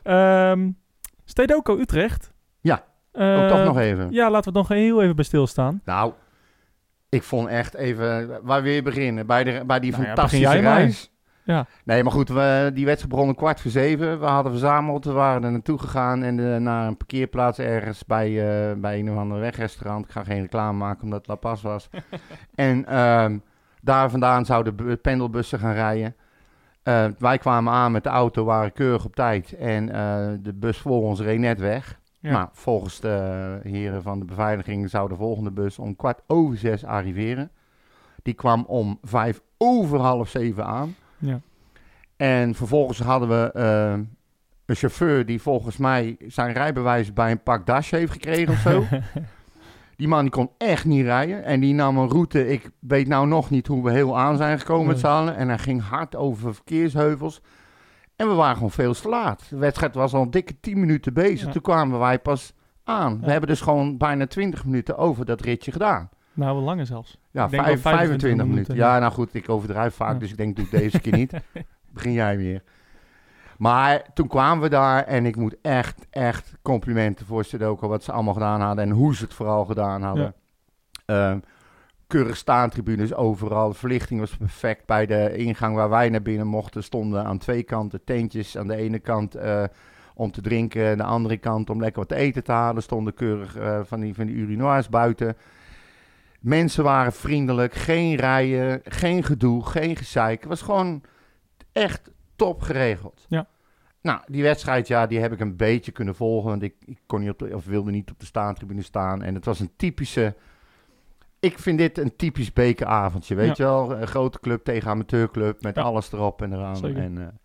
S1: Stedoco Utrecht.
S2: Ja, ook toch nog even.
S1: Ja, laten we het nog heel even bij stilstaan.
S2: Nou, ik vond echt even... Waar we weer beginnen? Bij die fantastische reis.
S1: Ja.
S2: Nee, maar goed, die wedstrijd begon 6:45. We hadden verzameld, we waren er naartoe gegaan en naar een parkeerplaats ergens bij een of ander wegrestaurant. Ik ga geen reclame maken omdat het La Paz was. En daar vandaan zouden pendelbussen gaan rijden. Wij kwamen aan met de auto, waren keurig op tijd en de bus voor ons reed net weg. Ja. Nou, volgens de heren van de beveiliging zou de volgende bus om 6:15 arriveren. Die kwam om 6:05 aan.
S1: Ja.
S2: En vervolgens hadden we een chauffeur die volgens mij zijn rijbewijs bij een pak dash heeft gekregen of zo. Die man die kon echt niet rijden. En die nam een route, ik weet nou nog niet hoe we heel aan zijn gekomen met z'n allen. En hij ging hard over verkeersheuvels. En we waren gewoon veel te laat. De wedstrijd was al een dikke 10 minuten bezig. Ja. Toen kwamen wij pas aan. Ja. We hebben dus gewoon bijna 20 minuten over dat ritje gedaan.
S1: Nou, wel langer zelfs.
S2: Ja, 25 minuten. Ja, nou goed, ik overdrijf vaak, dus ik denk, doe deze keer niet. Begin jij weer. Maar toen kwamen we daar en ik moet echt complimenten voor Stedoco, wat ze allemaal gedaan hadden en hoe ze het vooral gedaan hadden. Ja. Keurig staantribunes overal, de verlichting was perfect. Bij de ingang waar wij naar binnen mochten stonden aan 2 kanten tentjes. Aan de ene kant om te drinken, aan de andere kant om lekker wat te eten te halen. Stonden keurig van die urinoirs buiten. Mensen waren vriendelijk, geen rijen, geen gedoe, geen gezeik. Het was gewoon echt top geregeld.
S1: Ja.
S2: Nou, die wedstrijd, ja, die heb ik een beetje kunnen volgen. Want ik kon niet wilde niet op de staantribune staan. En het was een typische... Ik vind dit een typisch bekeravondje, weet je wel? Een grote club tegen amateurclub met alles erop en eraan. Zeker.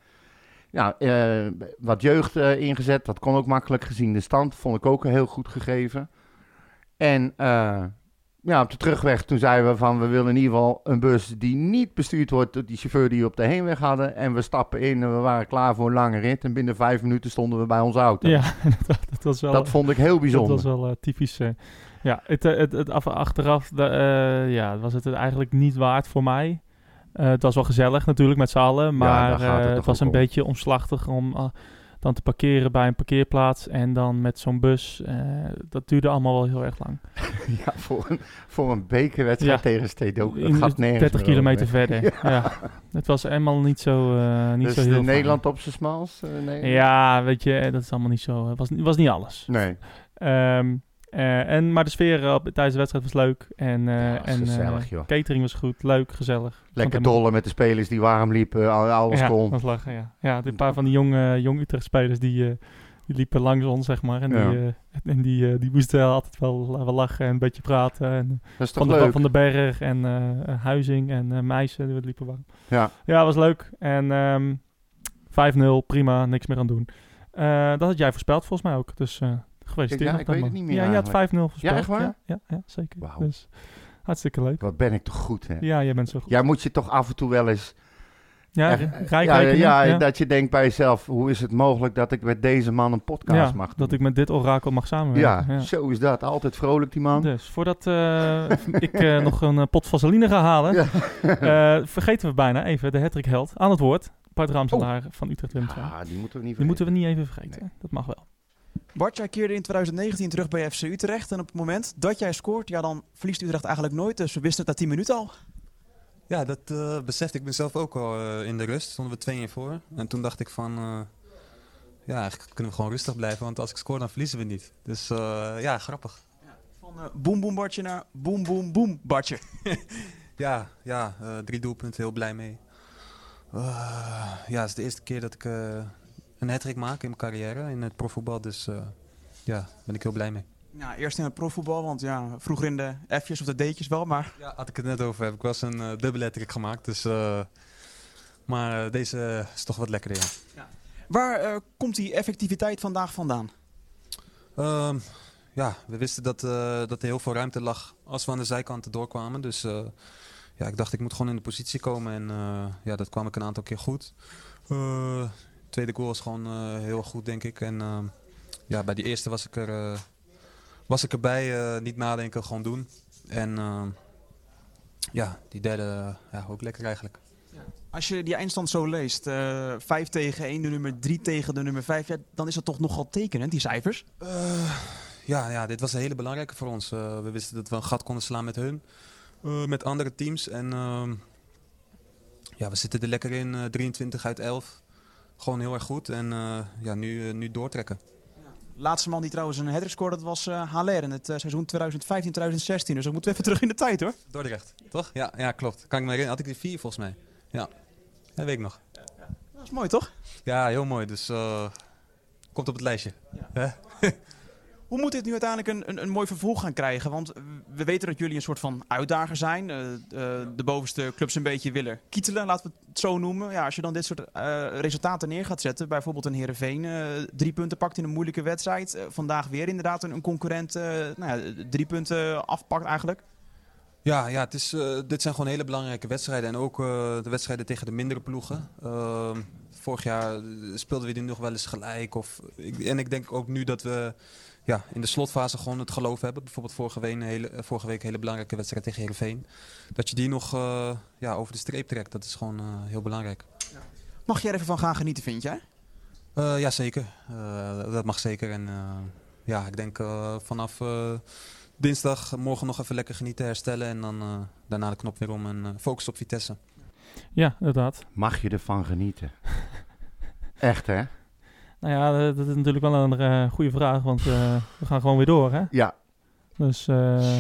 S2: En wat jeugd ingezet, dat kon ook makkelijk gezien. De stand vond ik ook heel goed gegeven. En op de terugweg, toen zeiden we van, we willen in ieder geval een bus die niet bestuurd wordt door die chauffeur die we op de heenweg hadden. En we stappen in en we waren klaar voor een lange rit. En binnen 5 minuten stonden we bij onze auto.
S1: Ja, dat was wel...
S2: Dat vond ik heel bijzonder.
S1: Dat was wel typisch... Ja, achteraf was het eigenlijk niet waard voor mij. Het was wel gezellig natuurlijk met z'n allen, maar het was een beetje omslachtig om dan te parkeren bij een parkeerplaats en dan met zo'n bus. Dat duurde allemaal wel heel erg lang.
S2: Ja, voor een bekerwedstrijd tegen Stedoco. Het gaat nergens
S1: 30 kilometer verder. Ja. Het was helemaal niet zo
S2: dus
S1: zo heel
S2: fijn. Nederland op zijn smals?
S1: Ja, weet je, dat is allemaal niet zo. Het was niet alles.
S2: Nee.
S1: Maar de sfeer tijdens de wedstrijd was leuk.
S2: was gezellig, joh.
S1: Catering was goed, leuk, gezellig.
S2: Lekker dollen met de spelers die warm liepen, alles kon.
S1: Ja, dat was lachen, ja. Ja, een paar van die jong Utrecht spelers die liepen langs ons, zeg maar. En die moesten altijd wel lachen en een beetje praten. En
S2: dat is toch leuk?
S1: Van de Berg en Huizing en Meijsen, die liepen warm.
S2: Ja,
S1: dat was leuk. En 5-0, prima, niks meer aan doen. Dat had jij voorspeld volgens mij ook. Dus gefeliciteerd.
S2: Ik weet het niet meer.
S1: Ja, je had 5-0 voorspeld.
S2: Ja, echt waar?
S1: Ja, zeker.
S2: Wauw.
S1: Dus hartstikke leuk.
S2: Wat ben ik toch goed, hè?
S1: Ja, jij bent zo goed.
S2: Jij moet je toch af en toe wel eens...
S1: Ja,
S2: dat je denkt bij jezelf, hoe is het mogelijk dat ik met deze man een podcast mag doen?
S1: Dat ik met dit orakel mag samenwerken.
S2: Ja, zo is dat. Altijd vrolijk, die man.
S1: Dus voordat ik nog een pot vaseline ga halen, vergeten we bijna even de hattrick held aan het woord. Bart Ramselaar van Utrecht Willem II.
S2: Die moeten we niet vergeten.
S1: Die moeten we niet even vergeten. Nee. Dat mag wel.
S4: Bart, jij keerde in 2019 terug bij FC Utrecht. En op het moment dat jij scoort, dan verliest Utrecht eigenlijk nooit. Dus we wisten het na 10 minuten al.
S5: Ja, dat besefte ik mezelf ook al in de rust. Stonden we 2-1 voor. En toen dacht ik van... eigenlijk kunnen we gewoon rustig blijven. Want als ik score, dan verliezen we niet. Dus grappig.
S4: Van boem boem Bartje naar boem boem boem Bartje.
S5: 3 doelpunten, heel blij mee. Het is de eerste keer dat ik een hat-trick maak in mijn carrière in het profvoetbal. Dus ben ik heel blij mee.
S4: Ja, eerst in het profvoetbal, want vroeger in de F'jes of de D'tjes wel, maar...
S5: Ja, had ik het net over. Heb ik was een dubbele hat-trick gemaakt. Dus, maar deze is toch wat lekkerder, ja.
S4: Waar komt die effectiviteit vandaag vandaan?
S5: We wisten dat er heel veel ruimte lag als we aan de zijkanten doorkwamen. Dus ik dacht ik moet gewoon in de positie komen. En dat kwam ik een aantal keer goed. Tweede goal was gewoon heel goed, denk ik. En bij die eerste was ik erbij. Niet nadenken, gewoon doen. En die derde ook lekker eigenlijk.
S4: Als je die eindstand zo leest, 5-1, de nummer 3 tegen de nummer 5, dan is dat toch nogal tekenend, die cijfers?
S5: Dit was een hele belangrijke voor ons. We wisten dat we een gat konden slaan met hun, met andere teams. En we zitten er lekker in, 23 uit 11. Gewoon heel erg goed en nu doortrekken.
S4: Laatste man die trouwens een hat-trick scoorde, dat was Haller in het seizoen 2015-2016. Dus dan moeten we even terug in de tijd, hoor.
S5: Dordrecht, toch? Ja, klopt. Kan ik me herinneren. Had ik die 4 volgens mij. Ja, dat weet ik nog.
S4: Dat is mooi, toch?
S5: Ja, heel mooi. Dus komt op het lijstje. Ja.
S4: Hoe moet dit nu uiteindelijk een mooi vervolg gaan krijgen? Want we weten dat jullie een soort van uitdager zijn. De bovenste clubs een beetje willen kietelen, laten we het zo noemen. Ja, als je dan dit soort resultaten neer gaat zetten, bijvoorbeeld een Heerenveen 3 punten pakt in een moeilijke wedstrijd. Vandaag weer inderdaad een concurrent 3 punten afpakt eigenlijk.
S5: Ja, dit zijn gewoon hele belangrijke wedstrijden. En ook de wedstrijden tegen de mindere ploegen. Vorig jaar speelden we die nog wel eens gelijk. Ik denk ook nu dat we in de slotfase gewoon het geloof hebben. Bijvoorbeeld vorige week een hele belangrijke wedstrijd tegen Heerenveen. Dat je die nog over de streep trekt. Dat is gewoon heel belangrijk.
S4: Mag je er even van gaan genieten, vind jij?
S5: Ja, zeker. Dat mag zeker. En ik denk vanaf... dinsdag, morgen nog even lekker genieten, herstellen en dan daarna de knop weer om en focus op Vitesse.
S1: Ja, inderdaad.
S2: Mag je ervan genieten? Echt, hè?
S1: Nou ja, dat is natuurlijk wel een goede vraag, want we gaan gewoon weer door, hè?
S2: Ja.
S1: Dus,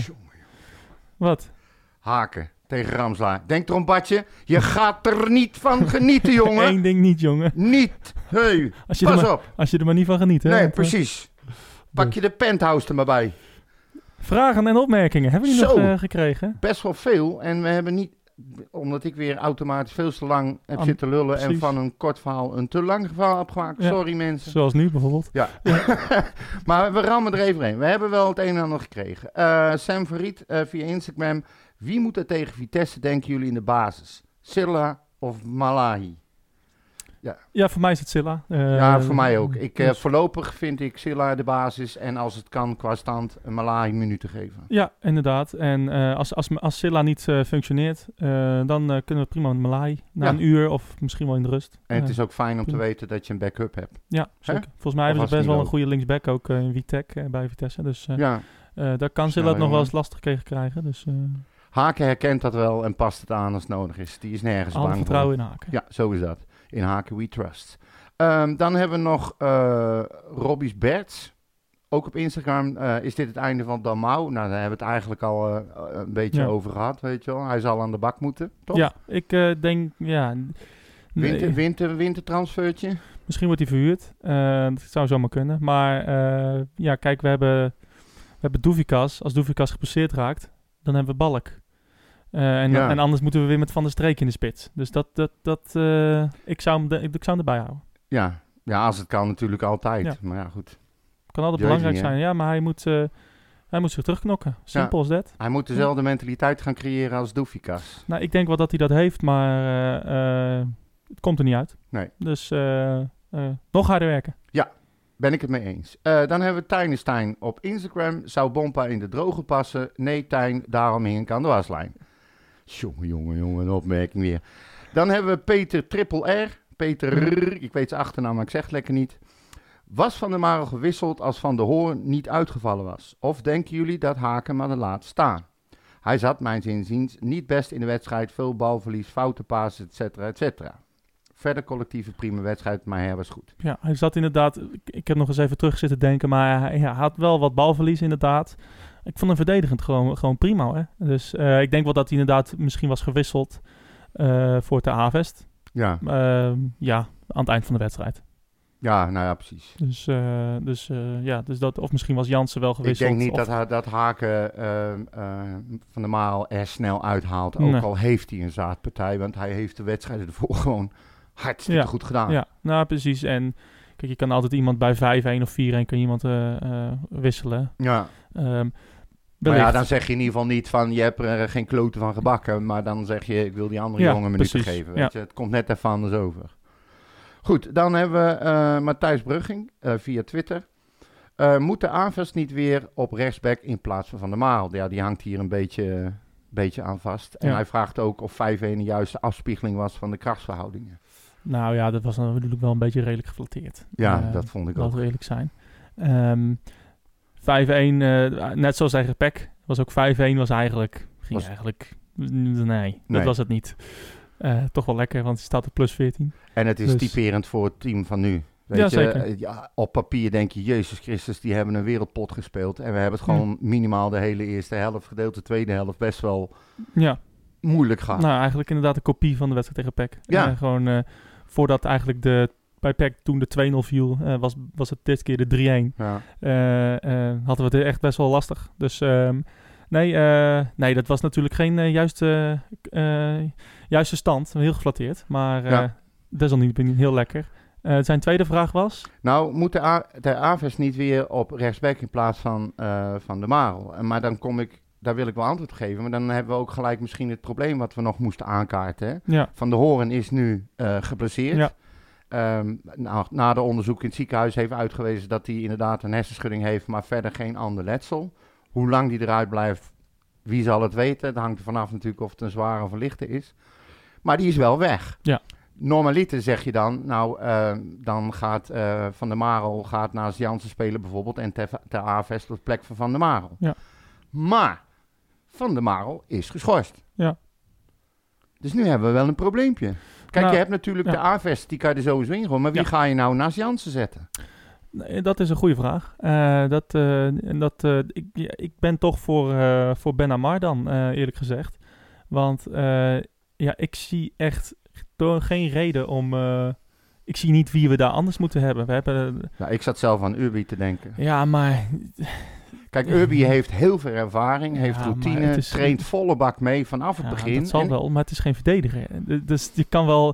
S1: wat?
S2: Haken tegen Ramselaar. Denk erom, Bartje, je gaat er niet van genieten, jongen.
S1: Eén ding niet, jongen.
S2: Niet. Hey, pas op.
S1: Als je er maar niet van geniet, hè?
S2: Nee, precies. Pak je de penthouse er maar bij.
S1: Vragen en opmerkingen hebben we nog gekregen?
S2: Best wel veel. En we hebben niet, omdat ik weer automatisch veel te lang heb zitten lullen precies. En van een kort verhaal een te lang verhaal heb gemaakt. Ja. Sorry mensen.
S1: Zoals nu bijvoorbeeld.
S2: Ja. Maar we rammen er even heen. We hebben wel het een en ander gekregen. Sam Verriet via Instagram. Wie moet er tegen Vitesse, denken jullie, in de basis? Silla of Malahi?
S1: Ja, voor mij is het Silla.
S2: Voor mij ook. Voorlopig vind ik Silla de basis en als het kan qua stand een Malahi minuten geven.
S1: Ja, inderdaad. En als Silla niet functioneert, dan kunnen we prima met Malahi na een uur of misschien wel in de rust.
S2: En het is ook fijn om te weten dat je een backup hebt.
S1: Ja, zeker. Volgens mij hebben ze best wel een goede linksback ook in Witek bij Vitesse. Dus daar kan Silla het nog wel eens lastig tegen krijgen. Dus,
S2: Haken herkent dat wel en past het aan als het nodig is. Die is nergens bang voor.
S1: Vertrouwen in Haken.
S2: Ja, zo is dat. In Haken we trust. Dan hebben we nog Robbie's Berts. ook op Instagram, is dit het einde van Dalmau? Nou, daar hebben we het eigenlijk al een beetje over gehad, weet je wel. Hij zal aan de bak moeten, toch?
S1: Ja, ik denk, ja... nee.
S2: Wintertransfertje?
S1: Misschien wordt hij verhuurd. Dat zou zomaar kunnen. Maar ja, kijk, we hebben Douvikas. Als Douvikas gepasseerd raakt, dan hebben we Balk. En anders moeten we weer met Van der Streek in de spits. Dus ik zou hem erbij houden.
S2: Ja, als het kan natuurlijk altijd.
S1: Ja.
S2: Maar ja, goed.
S1: Kan altijd
S2: Jeugd
S1: belangrijk
S2: niet, hè?
S1: zijn. Ja, maar hij moet zich terugknokken. Simpel als dat.
S2: Hij moet dezelfde mentaliteit gaan creëren als Douvikas.
S1: Nou, ik denk wel dat hij dat heeft, maar het komt er niet uit.
S2: Nee.
S1: Dus nog harder werken.
S2: Ben ik het mee eens. Dan hebben we Tijn Stijn op Instagram. Zou Bompa in de droge passen? Nee, Tijn, daarom hing ik aan de waslijn. Jongen, een opmerking weer. Dan hebben we Peter Triple R. Peter, ik weet zijn achternaam, maar ik zeg het lekker niet. Was Van der Marel gewisseld als Van der Hoorn niet uitgevallen was? Of denken jullie dat Haken maar laat staan? Hij zat, mijns inziens, niet best in de wedstrijd. Veel balverlies, foute passes, et cetera. Verder collectieve prima wedstrijd, maar hij was goed.
S1: Ja, hij zat inderdaad... Ik heb nog eens even terug zitten denken, maar hij had wel wat balverlies inderdaad. Ik vond hem verdedigend gewoon prima, hè. Dus ik denk wel dat hij inderdaad misschien was gewisseld voor de Avest.
S2: Ja.
S1: Ja, aan het eind van de wedstrijd.
S2: Ja, nou ja, precies.
S1: Dus dat, of misschien was Jansen wel gewisseld.
S2: Ik denk niet dat Haken Van der Marel er snel uithaalt. Ook al heeft hij een zaadpartij, want hij heeft de wedstrijden ervoor gewoon hartstikke goed gedaan.
S1: Ja, nou precies. En kijk, je kan altijd iemand bij 5-1 of 4-1 kan iemand wisselen.
S2: Ja. Maar ja, dan zeg je in ieder geval niet van je hebt er geen kloten van gebakken. Maar dan zeg je ik wil die andere jongen minuten geven. Weet je? Het komt net even anders over. Goed, dan hebben we Matthijs Brugging via Twitter. Moet de Avest niet weer op rechtsback in plaats van der Marel? Ja, die hangt hier een beetje aan vast. En hij vraagt ook of 5-1 de juiste afspiegeling was van de krachtsverhoudingen. Nou
S1: ja, dat was natuurlijk wel een beetje redelijk geflatteerd.
S2: Ja, dat vond ik ook.
S1: Laten we eerlijk zijn. 5-1, net zoals tegen PEC, was ook 5-1 was eigenlijk... Nee, dat was het niet. Toch wel lekker, want hij staat op plus 14.
S2: En het is typerend voor het team van nu. Weet je, zeker. Op papier denk je, Jezus Christus, die hebben een wereldpot gespeeld. En we hebben het gewoon minimaal de hele eerste helft, gedeeld de tweede helft, best wel moeilijk gehad.
S1: Nou, eigenlijk inderdaad een kopie van de wedstrijd tegen PEC.
S2: Ja.
S1: Gewoon voordat eigenlijk bij PEC toen de 2-0 viel, was het dit keer de 3-1. Ja. Hadden we het echt best wel lastig. Dus... Nee, dat was natuurlijk geen juiste stand. Heel geflatteerd, maar desalniettemin heel lekker. Zijn tweede vraag was? Nou, moet de Avest niet weer op rechtsback in plaats van de Marel? Maar dan daar wil ik wel antwoord op geven. Maar dan hebben we ook gelijk misschien het probleem wat we nog moesten aankaarten. Hè? Ja. Van der Hoorn is nu geblesseerd. Ja. Na de onderzoek in het ziekenhuis heeft uitgewezen dat hij inderdaad een hersenschudding heeft, maar verder geen ander letsel. Hoe lang die eruit blijft, wie zal het weten. Het hangt er vanaf natuurlijk of het een zware of een lichte is. Maar die is wel weg. Ja. Normaliter zeg je dan, dan gaat Van der Marel naast Jansen spelen bijvoorbeeld en ter Avest op de plek van der Marel. Ja. Maar Van der Marel is geschorst. Ja. Dus nu hebben we wel een probleempje. Kijk, je hebt natuurlijk de Avest, die kan je er sowieso in gooien. Maar wie ga je nou naast Jansen zetten? Nee, dat is een goede vraag. Ik ben toch voor Ben Amar dan, eerlijk gezegd. Want ik zie echt geen reden om... ik zie niet wie we daar anders moeten hebben. Ik zat zelf aan Urbi te denken. Ja, maar... Kijk, Urbi heeft heel veel ervaring, heeft routine, traint volle bak mee vanaf het begin. Dat zal wel, maar het is geen verdediger. Dus je kan wel...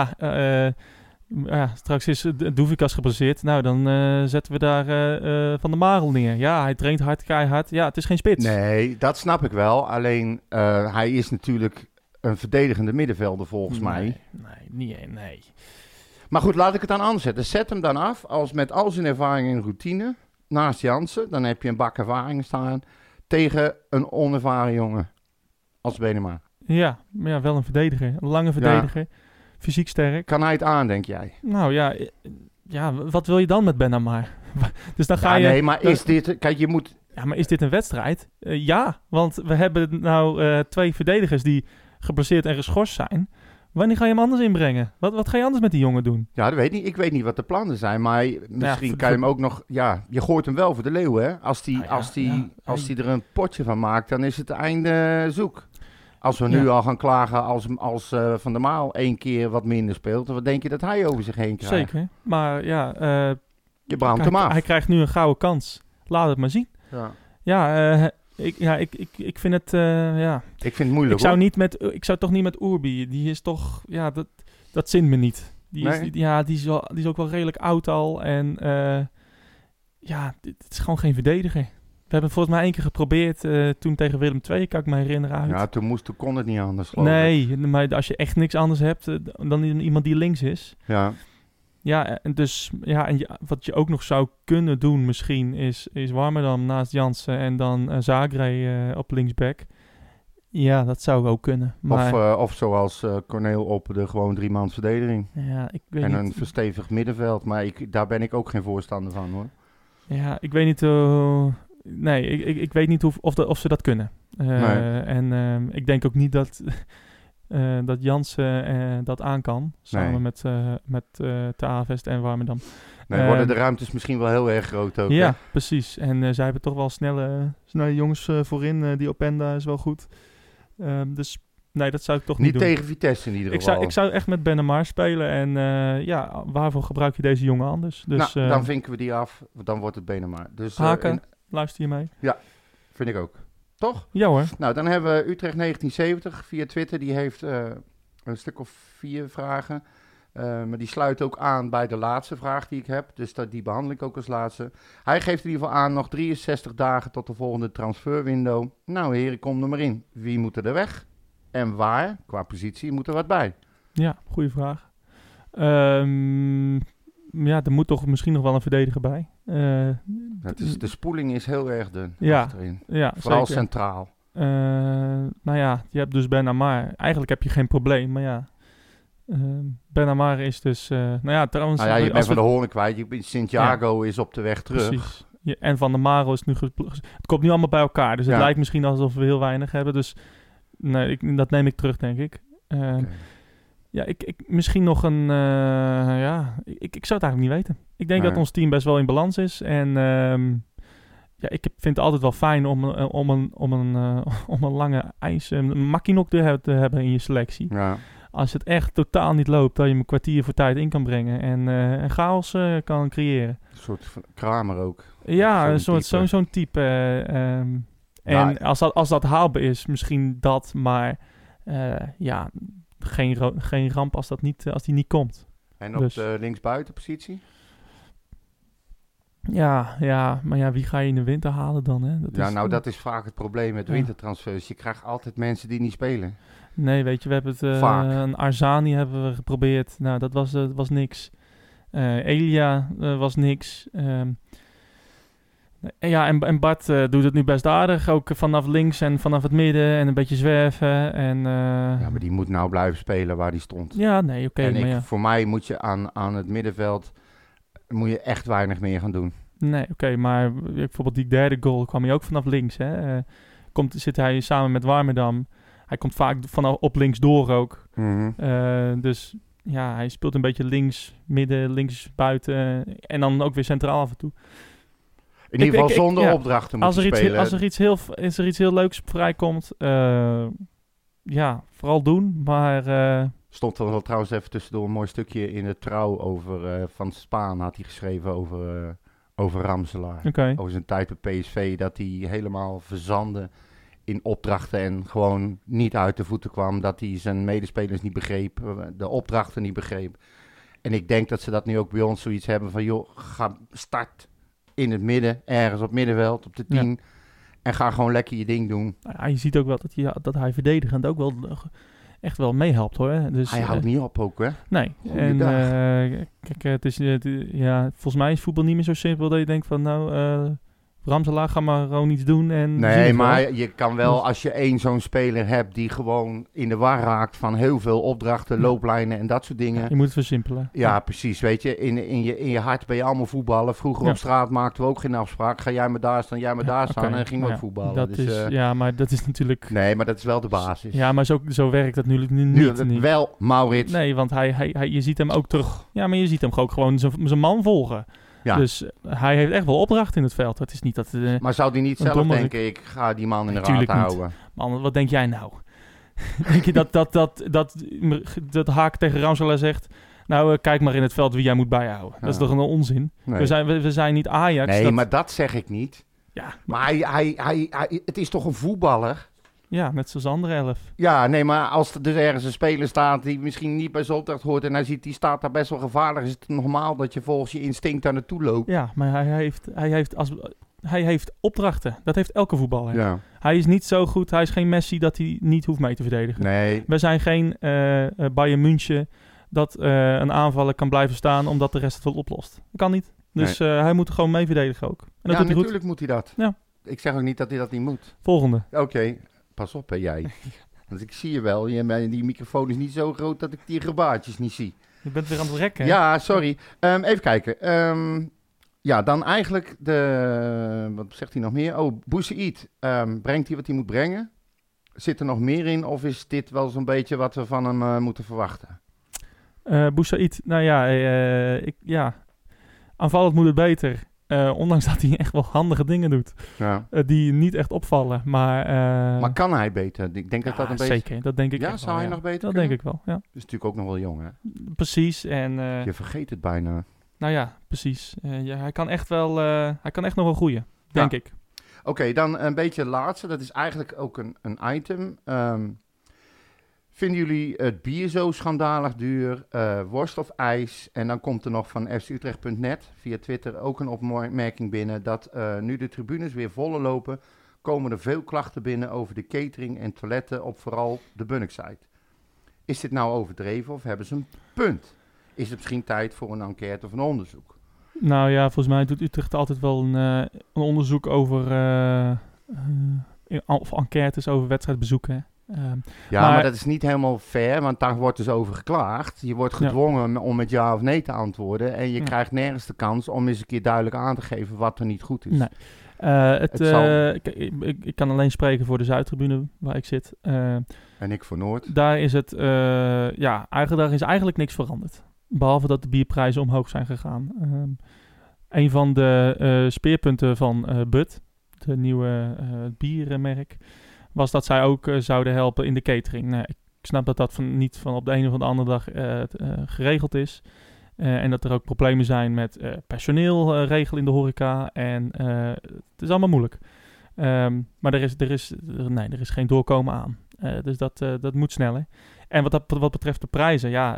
S1: straks is Douvikas gebaseerd. Nou, dan zetten we daar Van der Marel neer. Ja, hij traint hard, keihard. Ja, het is geen spits. Nee, dat snap ik wel. Alleen, hij is natuurlijk een verdedigende middenvelder volgens mij. Nee. Maar goed, laat ik het dan anders zetten. Zet hem dan af als met al zijn ervaring en routine naast Jansen. Dan heb je een bak ervaring staan tegen een onervaren jongen als Benema. Ja, wel een verdediger. Een lange verdediger. Ja. Fysiek sterk. Kan hij het aan, denk jij? Nou ja, wat wil je dan met Ben Amar? Dus dan ga je... Nee, maar is dit... Kijk, je moet... Ja, maar is dit een wedstrijd? Ja, want we hebben nou 2 verdedigers die geblesseerd en geschorst zijn. Wanneer ga je hem anders inbrengen? Wat ga je anders met die jongen doen?
S2: Ja, dat weet ik niet. Ik weet niet wat de plannen zijn, maar misschien
S1: voor-
S2: kan je hem ook nog... Ja, je gooit hem wel voor de leeuw, hè? Als die er een potje van maakt, dan is het einde zoek. Als we nu al gaan klagen als Van der Maal 1 keer wat minder speelt, wat denk je dat hij over zich heen krijgt?
S1: Zeker. Maar ja,
S2: Je brandt hem af.
S1: hij krijgt nu een gouden kans. Laat het maar zien.
S2: Ja.
S1: Ja, ik vind het...
S2: Ik vind het moeilijk,
S1: Ik zou toch niet met Oerbi. Die is toch... Ja, dat zint me niet. Die is ook wel redelijk oud al. En dit is gewoon geen verdediger. We hebben het volgens mij 1 keer geprobeerd. Toen tegen Willem II, kan ik me herinneren uit.
S2: Ja, toen kon het niet anders, geloof ik.
S1: Nee, maar als je echt niks anders hebt dan iemand die links is.
S2: Ja.
S1: Ja, en dus wat je ook nog zou kunnen doen misschien is Warmerdam naast Jansen en dan Zagré op linksback. Ja, dat zou ook kunnen. Maar,
S2: Of zoals Corneel op de gewoon 3-mans verdediging.
S1: ja, ik weet
S2: En
S1: niet.
S2: een verstevigd middenveld. Maar daar ben ik ook geen voorstander van, hoor.
S1: Ja, ik weet niet. Nee, ik weet niet of ze dat kunnen.
S2: Nee.
S1: En ik denk ook niet dat Jansen dat aan kan. Samen met Te Avest en Warmerdam.
S2: Nee, worden de ruimtes misschien wel heel erg groot ook.
S1: Ja,
S2: hè?
S1: precies. En zij hebben toch wel snelle jongens voorin. Die Openda is wel goed. Dus nee, dat zou ik toch niet doen.
S2: Niet tegen Vitesse in ieder geval.
S1: Ik zou echt met Bennemar spelen. En waarvoor gebruik je deze jongen anders? Dus,
S2: dan vinken we die af. Dan wordt het Bennemar. Dus,
S1: Haken, luister je mee?
S2: vind ik ook. Toch?
S1: Ja hoor.
S2: Nou, dan hebben we Utrecht 1970 via Twitter. Die heeft een stuk of 4 vragen. Maar die sluit ook aan bij de laatste vraag die ik heb. Dus die behandel ik ook als laatste. Hij geeft in ieder geval aan nog 63 dagen tot de volgende transferwindow. Nou heren, kom er maar in. Wie moet er weg? En waar, qua positie, moet er wat bij?
S1: Ja, goede vraag. Er moet toch misschien nog wel een verdediger bij.
S2: De spoeling is heel erg dun
S1: Ja,
S2: achterin.
S1: Ja,
S2: Vooral
S1: zeker.
S2: centraal.
S1: Je hebt dus Ben Amar. Eigenlijk heb je geen probleem, maar ja. Ben Amar is dus... trouwens...
S2: Nou ja, je bent
S1: als
S2: van
S1: we-
S2: de hoorn kwijt. Santiago is op de weg terug.
S1: Precies. Ja, en Van der Marel is nu... Het komt nu allemaal bij elkaar. Dus het
S2: Ja.
S1: lijkt misschien alsof we heel weinig hebben. Dus nee, dat neem ik terug, denk ik.
S2: Oké.
S1: Ja, ik misschien nog een... Ik zou het eigenlijk niet weten. Ik denk
S2: Nee.
S1: dat ons team best wel in balans is. En ik vind het altijd wel fijn om een lange ijs... Een Makinok te hebben in je selectie.
S2: Ja.
S1: Als het echt totaal niet loopt, dat je hem een kwartier voor tijd in kan brengen. En chaos kan creëren.
S2: Een soort van Kramer ook.
S1: Ja,
S2: Zo'n
S1: zo'n type. En als dat haalbaar is, misschien dat. Maar geen ramp als die niet komt.
S2: En op
S1: Dus.
S2: de linksbuitenpositie?
S1: Maar wie ga je in de winter halen dan? Hè?
S2: Dat is vaak het probleem met wintertransfers. Je krijgt altijd mensen die niet spelen.
S1: Nee, weet je, we hebben het...
S2: Vaak.
S1: Een Arzani hebben we geprobeerd. Nou, dat was niks. Elia was niks. En Bart doet het nu best aardig. Ook vanaf links en vanaf het midden en een beetje zwerven.
S2: Maar die moet nou blijven spelen waar die stond.
S1: Ja, nee, oké.
S2: En voor mij moet je aan het middenveld moet je echt weinig meer gaan doen.
S1: Nee, oké, maar bijvoorbeeld die derde goal kwam hij ook vanaf links. Hè? Zit hij samen met Warmerdam. Hij komt vaak vanaf op links door ook.
S2: Mhm.
S1: Dus ja, hij speelt een beetje links, midden, links, buiten. En dan ook weer centraal af en toe.
S2: In ieder geval zonder opdrachten moet je spelen.
S1: Als er iets heel leuks vrijkomt, vooral doen. Maar
S2: Stond er wel trouwens even tussendoor een mooi stukje in het Trouw over Van Spaan had hij geschreven over Ramselaar.
S1: oké.
S2: Over zijn tijd bij PSV, dat hij helemaal verzandde in opdrachten en gewoon niet uit de voeten kwam. Dat hij zijn medespelers niet begreep, de opdrachten niet begreep. En ik denk dat ze dat nu ook bij ons zoiets hebben van, joh, ga start in het midden, ergens op middenveld, op de 10.
S1: Ja.
S2: En ga gewoon lekker je ding doen.
S1: Je ziet ook wel dat hij verdedigend ook wel echt wel meehelpt, hoor. Dus,
S2: Hij houdt niet op ook, hè?
S1: Nee.
S2: Goeiedag.
S1: Kijk, volgens mij is voetbal niet meer zo simpel dat je denkt van, Ramselaar, ga maar gewoon iets doen. En
S2: Nee, maar je kan wel, als je één zo'n speler hebt die gewoon in de war raakt van heel veel opdrachten, looplijnen en dat soort dingen.
S1: Je moet het versimpelen.
S2: Ja, precies. Weet je, in je hart ben je allemaal voetballen. Vroeger op straat maakten we ook geen afspraak. Ga jij maar daar staan, jij maar daar staan. En dan gingen we ook voetballen.
S1: Dat is, maar dat is natuurlijk...
S2: Nee, maar dat is wel de basis.
S1: Ja, maar zo werkt dat nu niet.
S2: Wel, Maurits.
S1: Nee, want je ziet hem ook terug... Ja, maar je ziet hem ook gewoon zijn man volgen. Ja. Dus hij heeft echt wel opdracht in het veld. Het is niet dat...
S2: maar zou hij niet zelf denken, ik ga die man in de raad houden?
S1: Man, wat denk jij nou? Denk je dat Haak tegen Ramselaar zegt... Nou, kijk maar in het veld wie jij moet bijhouden. Dat is toch een onzin? Nee. We zijn niet Ajax.
S2: Nee, maar dat zeg ik niet.
S1: Ja.
S2: Maar hij, het is toch een voetballer?
S1: Ja, net zoals andere 11.
S2: Ja, nee, maar als er dus ergens een speler staat die misschien niet bij zijn opdracht hoort en hij ziet die staat daar best wel gevaarlijk, is het normaal dat je volgens je instinct daar naartoe loopt.
S1: Ja, maar hij heeft opdrachten. Dat heeft elke voetballer.
S2: Ja.
S1: Hij is niet zo goed, hij is geen Messi dat hij niet hoeft mee te verdedigen.
S2: Nee.
S1: We zijn geen Bayern München dat een aanvaller kan blijven staan omdat de rest het wel oplost. Dat kan niet. Dus hij moet gewoon mee verdedigen ook. En dat doet hij
S2: natuurlijk
S1: goed.
S2: moet hij dat.
S1: Ja.
S2: Ik zeg ook niet dat hij dat niet moet.
S1: Volgende.
S2: Oké. Pas op, hè, jij. Want ik zie je wel. Die microfoon is niet zo groot dat ik die gebaartjes niet zie.
S1: Je bent weer aan het rekken.
S2: Ja, sorry. Even kijken. Ja, dan eigenlijk wat zegt hij nog meer? Oh, Boussaïd. Brengt hij wat hij moet brengen? Zit er nog meer in? Of is dit wel zo'n beetje wat we van hem moeten verwachten?
S1: Boussaïd, nou ja, aanvallend moet het beter. Ondanks dat hij echt wel handige dingen doet. Ja. Die niet echt opvallen. Maar
S2: kan hij beter? Ik denk dat een beetje...
S1: Zeker, dat denk ik
S2: echt zou hij nog beter
S1: dat
S2: kunnen?
S1: denk ik wel, ja.
S2: Dat is natuurlijk ook nog wel jong, hè?
S1: Precies. En,
S2: je vergeet het bijna.
S1: Nou ja, precies. Hij kan echt nog wel groeien, denk ik.
S2: Oké, dan een beetje laatste. Dat is eigenlijk ook een item. Vinden jullie het bier zo schandalig duur? Worst of ijs? En dan komt er nog van fcutrecht.net via Twitter ook een opmerking binnen dat nu de tribunes weer volle lopen, komen er veel klachten binnen over de catering en toiletten op vooral de Bunnik-site. Is dit nou overdreven of hebben ze een punt? Is het misschien tijd voor een enquête of een onderzoek?
S1: Nou ja, volgens mij doet Utrecht altijd wel een onderzoek over of enquêtes over wedstrijdbezoeken.
S2: Maar dat is niet helemaal fair, want daar wordt dus over geklaagd. Je wordt gedwongen om met ja of nee te antwoorden. En je krijgt nergens de kans om eens een keer duidelijk aan te geven wat er niet goed is.
S1: Nee. Ik kan alleen spreken voor de Zuidtribune waar ik zit.
S2: En ik voor Noord.
S1: Daar is het, daar is eigenlijk niks veranderd. Behalve dat de bierprijzen omhoog zijn gegaan. Een van de speerpunten van Bud, de nieuwe biermerk, was dat zij ook zouden helpen in de catering. Nou, ik snap dat dat niet van op de ene of de andere dag geregeld is. En dat er ook problemen zijn met personeel regelen in de horeca. En het is allemaal moeilijk. Maar er is geen doorkomen aan. Dus dat moet sneller. En wat betreft de prijzen,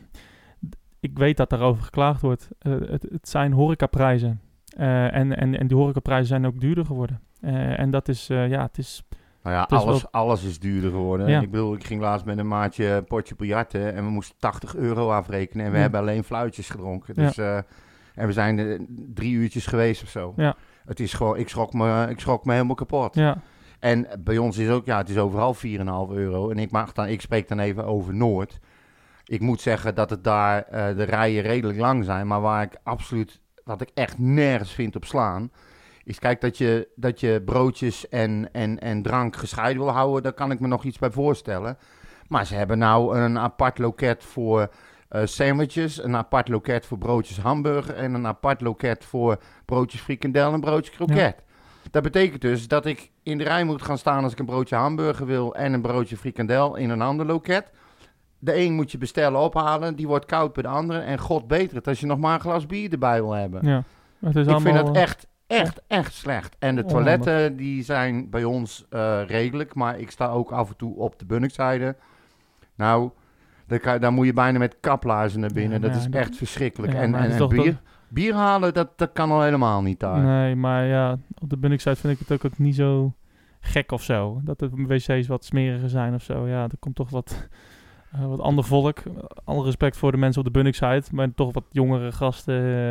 S1: ik weet dat daarover geklaagd wordt. Het zijn horecaprijzen. En die horecaprijzen zijn ook duurder geworden. En dat is, het is...
S2: Nou ja, alles is duurder geworden. Ja. Ik bedoel, ik ging laatst met een maatje potje biljarten en we moesten €80 afrekenen en we hebben alleen fluitjes gedronken. Dus, en we zijn 3 uurtjes geweest of zo. Ja. Het is gewoon, ik schrok me helemaal kapot. Ja. En bij ons is ook, het is overal €4,5. En ik spreek dan even over Noord. Ik moet zeggen dat het daar de rijen redelijk lang zijn, maar wat ik echt nergens vind op slaan, is kijk dat je broodjes en drank gescheiden wil houden, daar kan ik me nog iets bij voorstellen. Maar ze hebben nou een apart loket voor sandwiches, een apart loket voor broodjes hamburger en een apart loket voor broodjes frikandel en broodjes kroket. Ja. Dat betekent dus dat ik in de rij moet gaan staan als ik een broodje hamburger wil en een broodje frikandel in een ander loket. De een moet je bestellen, ophalen, die wordt koud bij de andere en god beter het als je nog maar een glas bier erbij wil hebben. Ja, ik vind het echt slecht. En de toiletten die zijn bij ons redelijk, maar ik sta ook af en toe op de Bunnik-zijde. Nou, daar moet je bijna met kaplaarzen naar binnen. Dat is echt verschrikkelijk. Ja, en bier halen, dat kan al helemaal niet daar.
S1: Nee, maar op de Bunnik-zijde vind ik het ook niet zo gek of zo. Dat de wc's wat smeriger zijn of zo. Ja, er komt toch wat ander volk. Alle respect voor de mensen op de Bunnik-zijde, maar toch wat jongere gasten.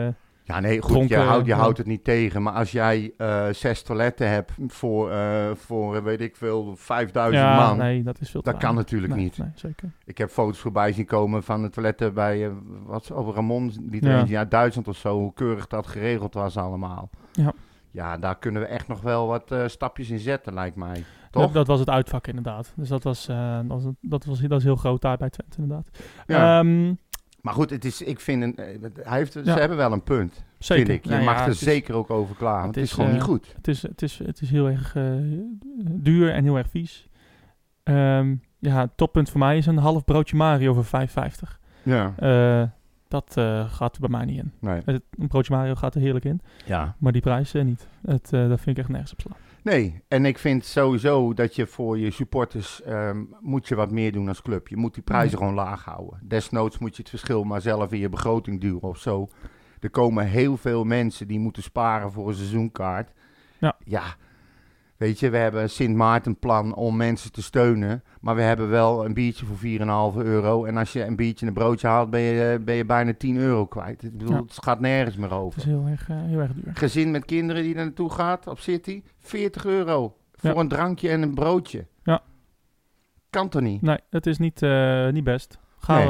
S2: Ja, nee, goed,
S1: dronken,
S2: je houdt het niet tegen. Maar als jij 6 toiletten hebt voor weet ik veel, 5000 man.
S1: Nee, dat is veel te
S2: Dat kan
S1: weinig.
S2: natuurlijk
S1: Nee,
S2: niet.
S1: Nee, zeker.
S2: Ik heb foto's voorbij zien komen van de toiletten bij, over Ramon, die
S1: Ja.
S2: ja, Duitsland of zo, hoe keurig dat geregeld was allemaal.
S1: Ja.
S2: Ja, daar kunnen we echt nog wel wat stapjes in zetten, lijkt mij. Toch?
S1: Dat was het uitvak inderdaad. Dus dat is heel groot daar bij Twente inderdaad.
S2: Ja.
S1: Ehm,
S2: Maar goed, ik vind, ze
S1: Ja.
S2: hebben wel een punt,
S1: zeker.
S2: vind ik. Je
S1: Nou
S2: mag
S1: ja,
S2: er
S1: het is-
S2: zeker ook over klagen. Het is gewoon niet goed.
S1: Het is heel erg duur en heel erg vies. Het toppunt voor mij is een half broodje Mario voor 5,50.
S2: Ja,
S1: Dat gaat er bij mij niet in.
S2: nee.
S1: Een broodje Mario gaat er heerlijk in,
S2: Ja.
S1: maar die prijs niet. Dat vind ik echt nergens op slaan.
S2: Nee, en ik vind sowieso dat je voor je supporters moet je wat meer doen als club. Je moet die prijzen gewoon laag houden. Desnoods moet je het verschil maar zelf in je begroting duwen of zo. Er komen heel veel mensen die moeten sparen voor een seizoenkaart. Ja, weet je, we hebben een Sint Maartenplan om mensen te steunen. Maar we hebben wel een biertje voor €4,5. En als je een biertje en een broodje haalt, ben je bijna €10 kwijt. Ik bedoel,
S1: Ja.
S2: het gaat nergens meer
S1: Het
S2: over.
S1: is heel erg duur.
S2: Gezin met kinderen die er naartoe gaat op City, €40 voor
S1: Ja.
S2: een drankje en een broodje.
S1: Ja.
S2: Kan toch niet?
S1: Nee, het is niet best. Gaan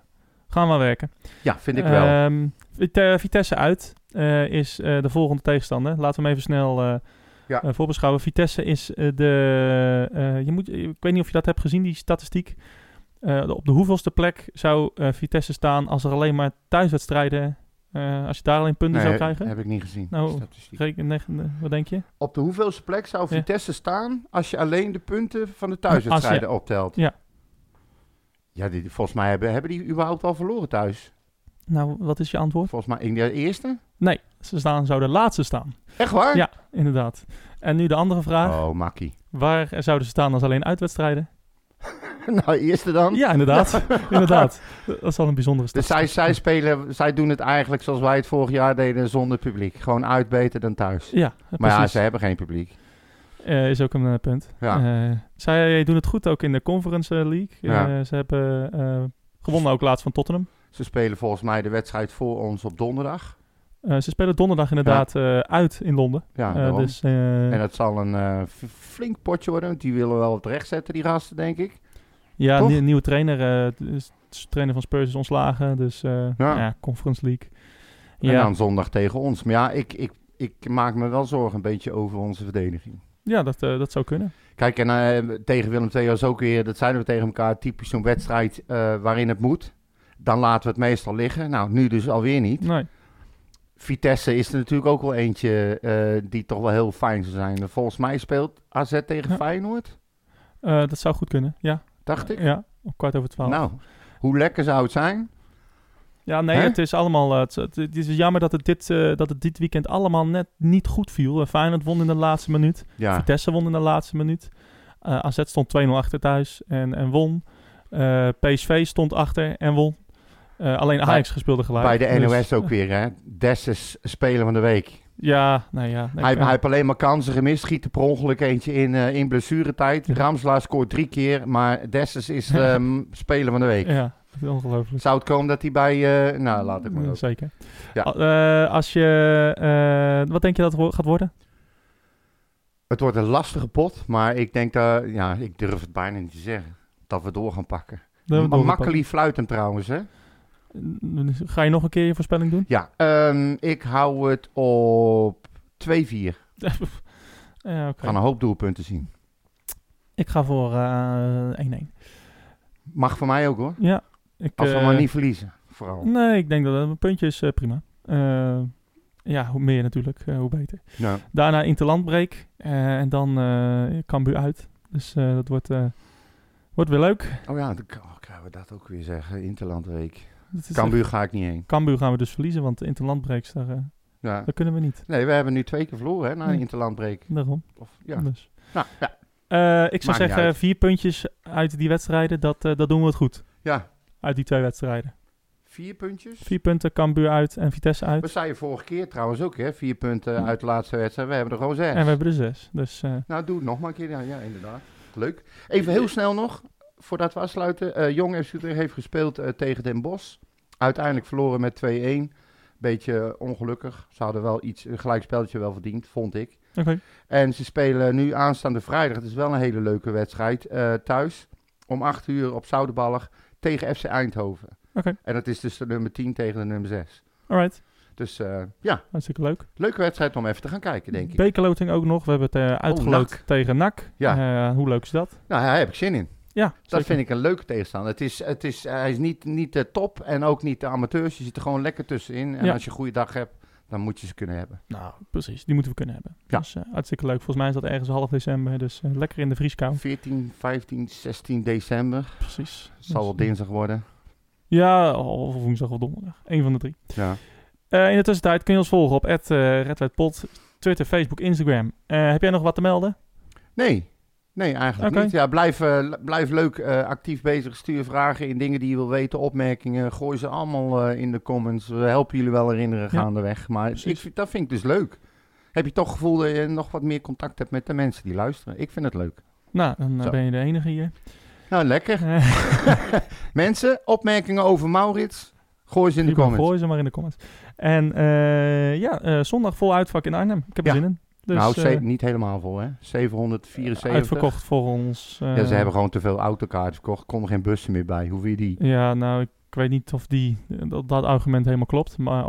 S1: we werken.
S2: Ja, vind ik wel.
S1: Vitesse uit is de volgende tegenstander. Laten we hem even snel voorbeschouwen. Vitesse is ik weet niet of je dat hebt gezien, die statistiek. Op de hoeveelste plek zou Vitesse staan als er alleen maar thuiswedstrijden, als je daar alleen punten zou krijgen?
S2: heb ik niet gezien.
S1: Nou,
S2: Statistiek.
S1: Wat denk je?
S2: Op de hoeveelste plek zou
S1: Ja.
S2: Vitesse staan als je alleen de punten van de thuiswedstrijden optelt?
S1: Ja.
S2: Ja, volgens mij hebben die überhaupt al verloren thuis.
S1: Nou, wat is je antwoord?
S2: Volgens mij in de eerste.
S1: Nee, ze zouden laatste staan.
S2: Echt waar?
S1: Ja, inderdaad. En nu de andere vraag.
S2: Oh, makkie.
S1: Waar zouden ze staan als alleen uitwedstrijden?
S2: Nou, eerste dan.
S1: Ja, inderdaad. inderdaad. Dat is wel een bijzondere
S2: Dus
S1: statistiek.
S2: zij doen het eigenlijk zoals wij het vorig jaar deden zonder publiek. Gewoon uit beter dan thuis.
S1: Ja,
S2: Maar ja,
S1: precies.
S2: ze hebben geen publiek.
S1: Is ook een punt.
S2: Ja.
S1: Zij doen het goed ook in de Conference League.
S2: Ja.
S1: Ze hebben gewonnen ook laatst van Tottenham.
S2: Ze spelen volgens mij de wedstrijd voor ons op donderdag.
S1: Ze spelen donderdag inderdaad uit in Londen.
S2: Ja, daarom.
S1: Dus,
S2: En dat zal een flink potje worden. Want die willen wel wat recht zetten, die gasten, denk ik.
S1: ja,
S2: toch?
S1: nieuwe trainer. De trainer van Spurs is ontslagen. Dus Conference League.
S2: En dan zondag tegen ons. Maar ja, ik maak me wel zorgen een beetje over onze verdediging.
S1: Ja, dat zou kunnen.
S2: Kijk, en tegen Willem II was ook weer, dat zeiden we tegen elkaar, typisch zo'n wedstrijd waarin het moet. Dan laten we het meestal liggen. Nou, nu dus alweer niet.
S1: Nee.
S2: Vitesse is er natuurlijk ook wel eentje die toch wel heel fijn zou zijn. Volgens mij speelt AZ tegen Feyenoord,
S1: Dat zou goed kunnen, ja.
S2: dacht ik.
S1: Ja, op 12:15.
S2: Nou, hoe lekker zou het zijn?
S1: Ja, nee,
S2: Hè?
S1: het is allemaal... Het is jammer dat het dit weekend allemaal net niet goed viel. Feyenoord won in de laatste minuut.
S2: Ja,
S1: Vitesse won in de laatste minuut. AZ stond 2-0 achter thuis en won. PSV stond achter en won. Alleen Ajax gespeelde gelijk.
S2: bij de NOS
S1: Dus,
S2: ook weer, hè. Dessus speler van de week.
S1: Ja, nou ja. Nee,
S2: Hij heeft alleen maar kansen gemist. Schiet er per ongeluk eentje in blessuretijd.
S1: Ja.
S2: Ramslaar scoort 3 keer. Maar Dessus is speler van de week.
S1: Ja, ongelooflijk.
S2: Zou het komen dat hij bij... nou, laat ik maar ook.
S1: Zeker.
S2: Ja.
S1: Als je... wat denk je dat het gaat worden?
S2: Het wordt een lastige pot. Maar ik denk dat... Ja, ik durf het bijna niet te zeggen. Dat we door gaan pakken. Makkeli fluit hem trouwens, hè?
S1: Ga je nog een keer je voorspelling doen?
S2: Ja, ik hou het op 2-4.
S1: Ja,
S2: We gaan een hoop doelpunten zien.
S1: Ik ga voor 1-1.
S2: Mag voor mij ook, hoor.
S1: Ja.
S2: Als we maar niet verliezen, vooral.
S1: Nee, ik denk dat een puntje is prima. Ja, hoe meer natuurlijk, hoe beter.
S2: Ja.
S1: Daarna Interlandbreek en dan Cambuur uit. Dus dat wordt weer leuk.
S2: Oh ja, dan krijgen we dat ook weer zeggen. Interlandweek.
S1: Dat is
S2: Cambuur ga ik niet heen.
S1: Cambuur gaan we dus verliezen, want de Interlandbreeks,
S2: Ja.
S1: daar kunnen we niet.
S2: Nee, we hebben nu 2 keer verloren, hè, na een
S1: Nee.
S2: interlandbreek.
S1: Daarom.
S2: Of, ja.
S1: Dus.
S2: Nou, ja.
S1: Ik zou
S2: Maakt niet
S1: zeggen,
S2: uit.
S1: 4 puntjes uit die wedstrijden, dat doen we het goed.
S2: Ja,
S1: Uit die 2 wedstrijden.
S2: 4 puntjes.
S1: 4 punten, Cambuur uit en Vitesse uit.
S2: We zeiden vorige keer trouwens ook, hè, 4 punten uit de laatste wedstrijd. We hebben er gewoon 6.
S1: En we hebben er 6. Dus
S2: Nou, doe het nog maar een keer. Ja, inderdaad. Leuk. Even heel snel nog, voordat we afsluiten. Jong FC Utrecht heeft gespeeld tegen Den Bosch. Uiteindelijk verloren met 2-1. Beetje ongelukkig. Ze hadden wel een gelijkspelletje wel verdiend, vond ik.
S1: Oké.
S2: En ze spelen nu aanstaande vrijdag. Het is wel een hele leuke wedstrijd. Thuis om 8 uur op Zoudenballig tegen FC Eindhoven.
S1: Oké.
S2: En dat is dus de nummer 10 tegen de nummer 6.
S1: Alright.
S2: Dus
S1: Hartstikke leuk.
S2: leuke wedstrijd om even te gaan kijken, denk ik.
S1: Bekerloting ook nog. We hebben het uitgeloot
S2: NAC.
S1: tegen NAC.
S2: Ja.
S1: Hoe leuk is dat?
S2: Nou, daar heb ik zin in.
S1: Ja,
S2: Dat
S1: zeker.
S2: vind ik een leuke tegenstander. Hij is niet de top en ook niet de amateurs. Je zit er gewoon lekker tussenin. En
S1: Ja.
S2: als je een goede dag hebt, dan moet je ze kunnen hebben.
S1: Nou, precies. Die moeten we kunnen hebben.
S2: Ja.
S1: Dus hartstikke leuk. Volgens mij is dat ergens half december. Dus lekker in de vrieskou.
S2: 14, 15, 16 december.
S1: Precies.
S2: Het zal wel dinsdag worden.
S1: Ja, of woensdag of donderdag. Eén van de 3.
S2: Ja.
S1: In de tussentijd kun je ons volgen op @redwhitepod, Twitter, Facebook, Instagram. Heb jij nog wat te melden?
S2: Nee, eigenlijk
S1: Oké.
S2: niet. Ja, blijf leuk actief bezig. Stuur vragen in dingen die je wil weten, opmerkingen. Gooi ze allemaal in de comments. We helpen jullie wel herinneren gaandeweg. Maar dat vind ik dus leuk. Heb je toch het gevoel dat je nog wat meer contact hebt met de mensen die luisteren? Ik vind het leuk.
S1: Nou, dan
S2: Zo.
S1: ben je de enige hier.
S2: Nou, lekker. Mensen, opmerkingen over Maurits? Gooi ze in de comments.
S1: Gooi ze maar in de comments. En zondag vol uitvak in Arnhem. Ik heb er
S2: Ja.
S1: zin in. Dus,
S2: Nou, niet helemaal vol, hè? 774.
S1: uitverkocht voor ons.
S2: Ja, ze hebben gewoon te veel autokaarten verkocht. Er konden geen bussen meer bij. Hoe wil je die?
S1: Ja, nou, ik weet niet of dat argument helemaal klopt. Maar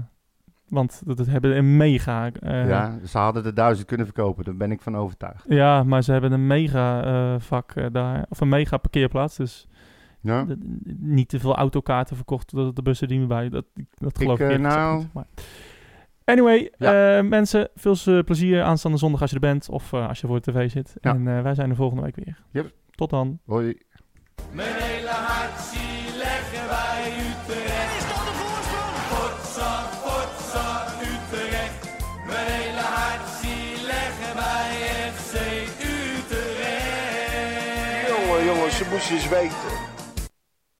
S1: want dat hebben een mega...
S2: Ja, ze hadden er 1000 kunnen verkopen. Daar ben ik van overtuigd.
S1: Ja, maar ze hebben een mega vak daar. Of een mega parkeerplaats. Dus
S2: Ja?
S1: niet te veel autokaarten verkocht. Dat de bussen die erbij. Dat geloof ik eerlijk gezegd
S2: nou-
S1: niet. Maar anyway, mensen, veel plezier aanstaande zondag als je er bent. Of als je voor de tv zit.
S2: Ja.
S1: En wij zijn er volgende week weer.
S2: Yep.
S1: Tot dan.
S2: Hoi.
S3: Mijn hele hart leggen wij Utrecht. Is dat de voorsprong? Potsa, potsa, Utrecht. Mijn hele hart leggen wij FC Utrecht.
S6: Jongen, jongens, ze moesten eens weten.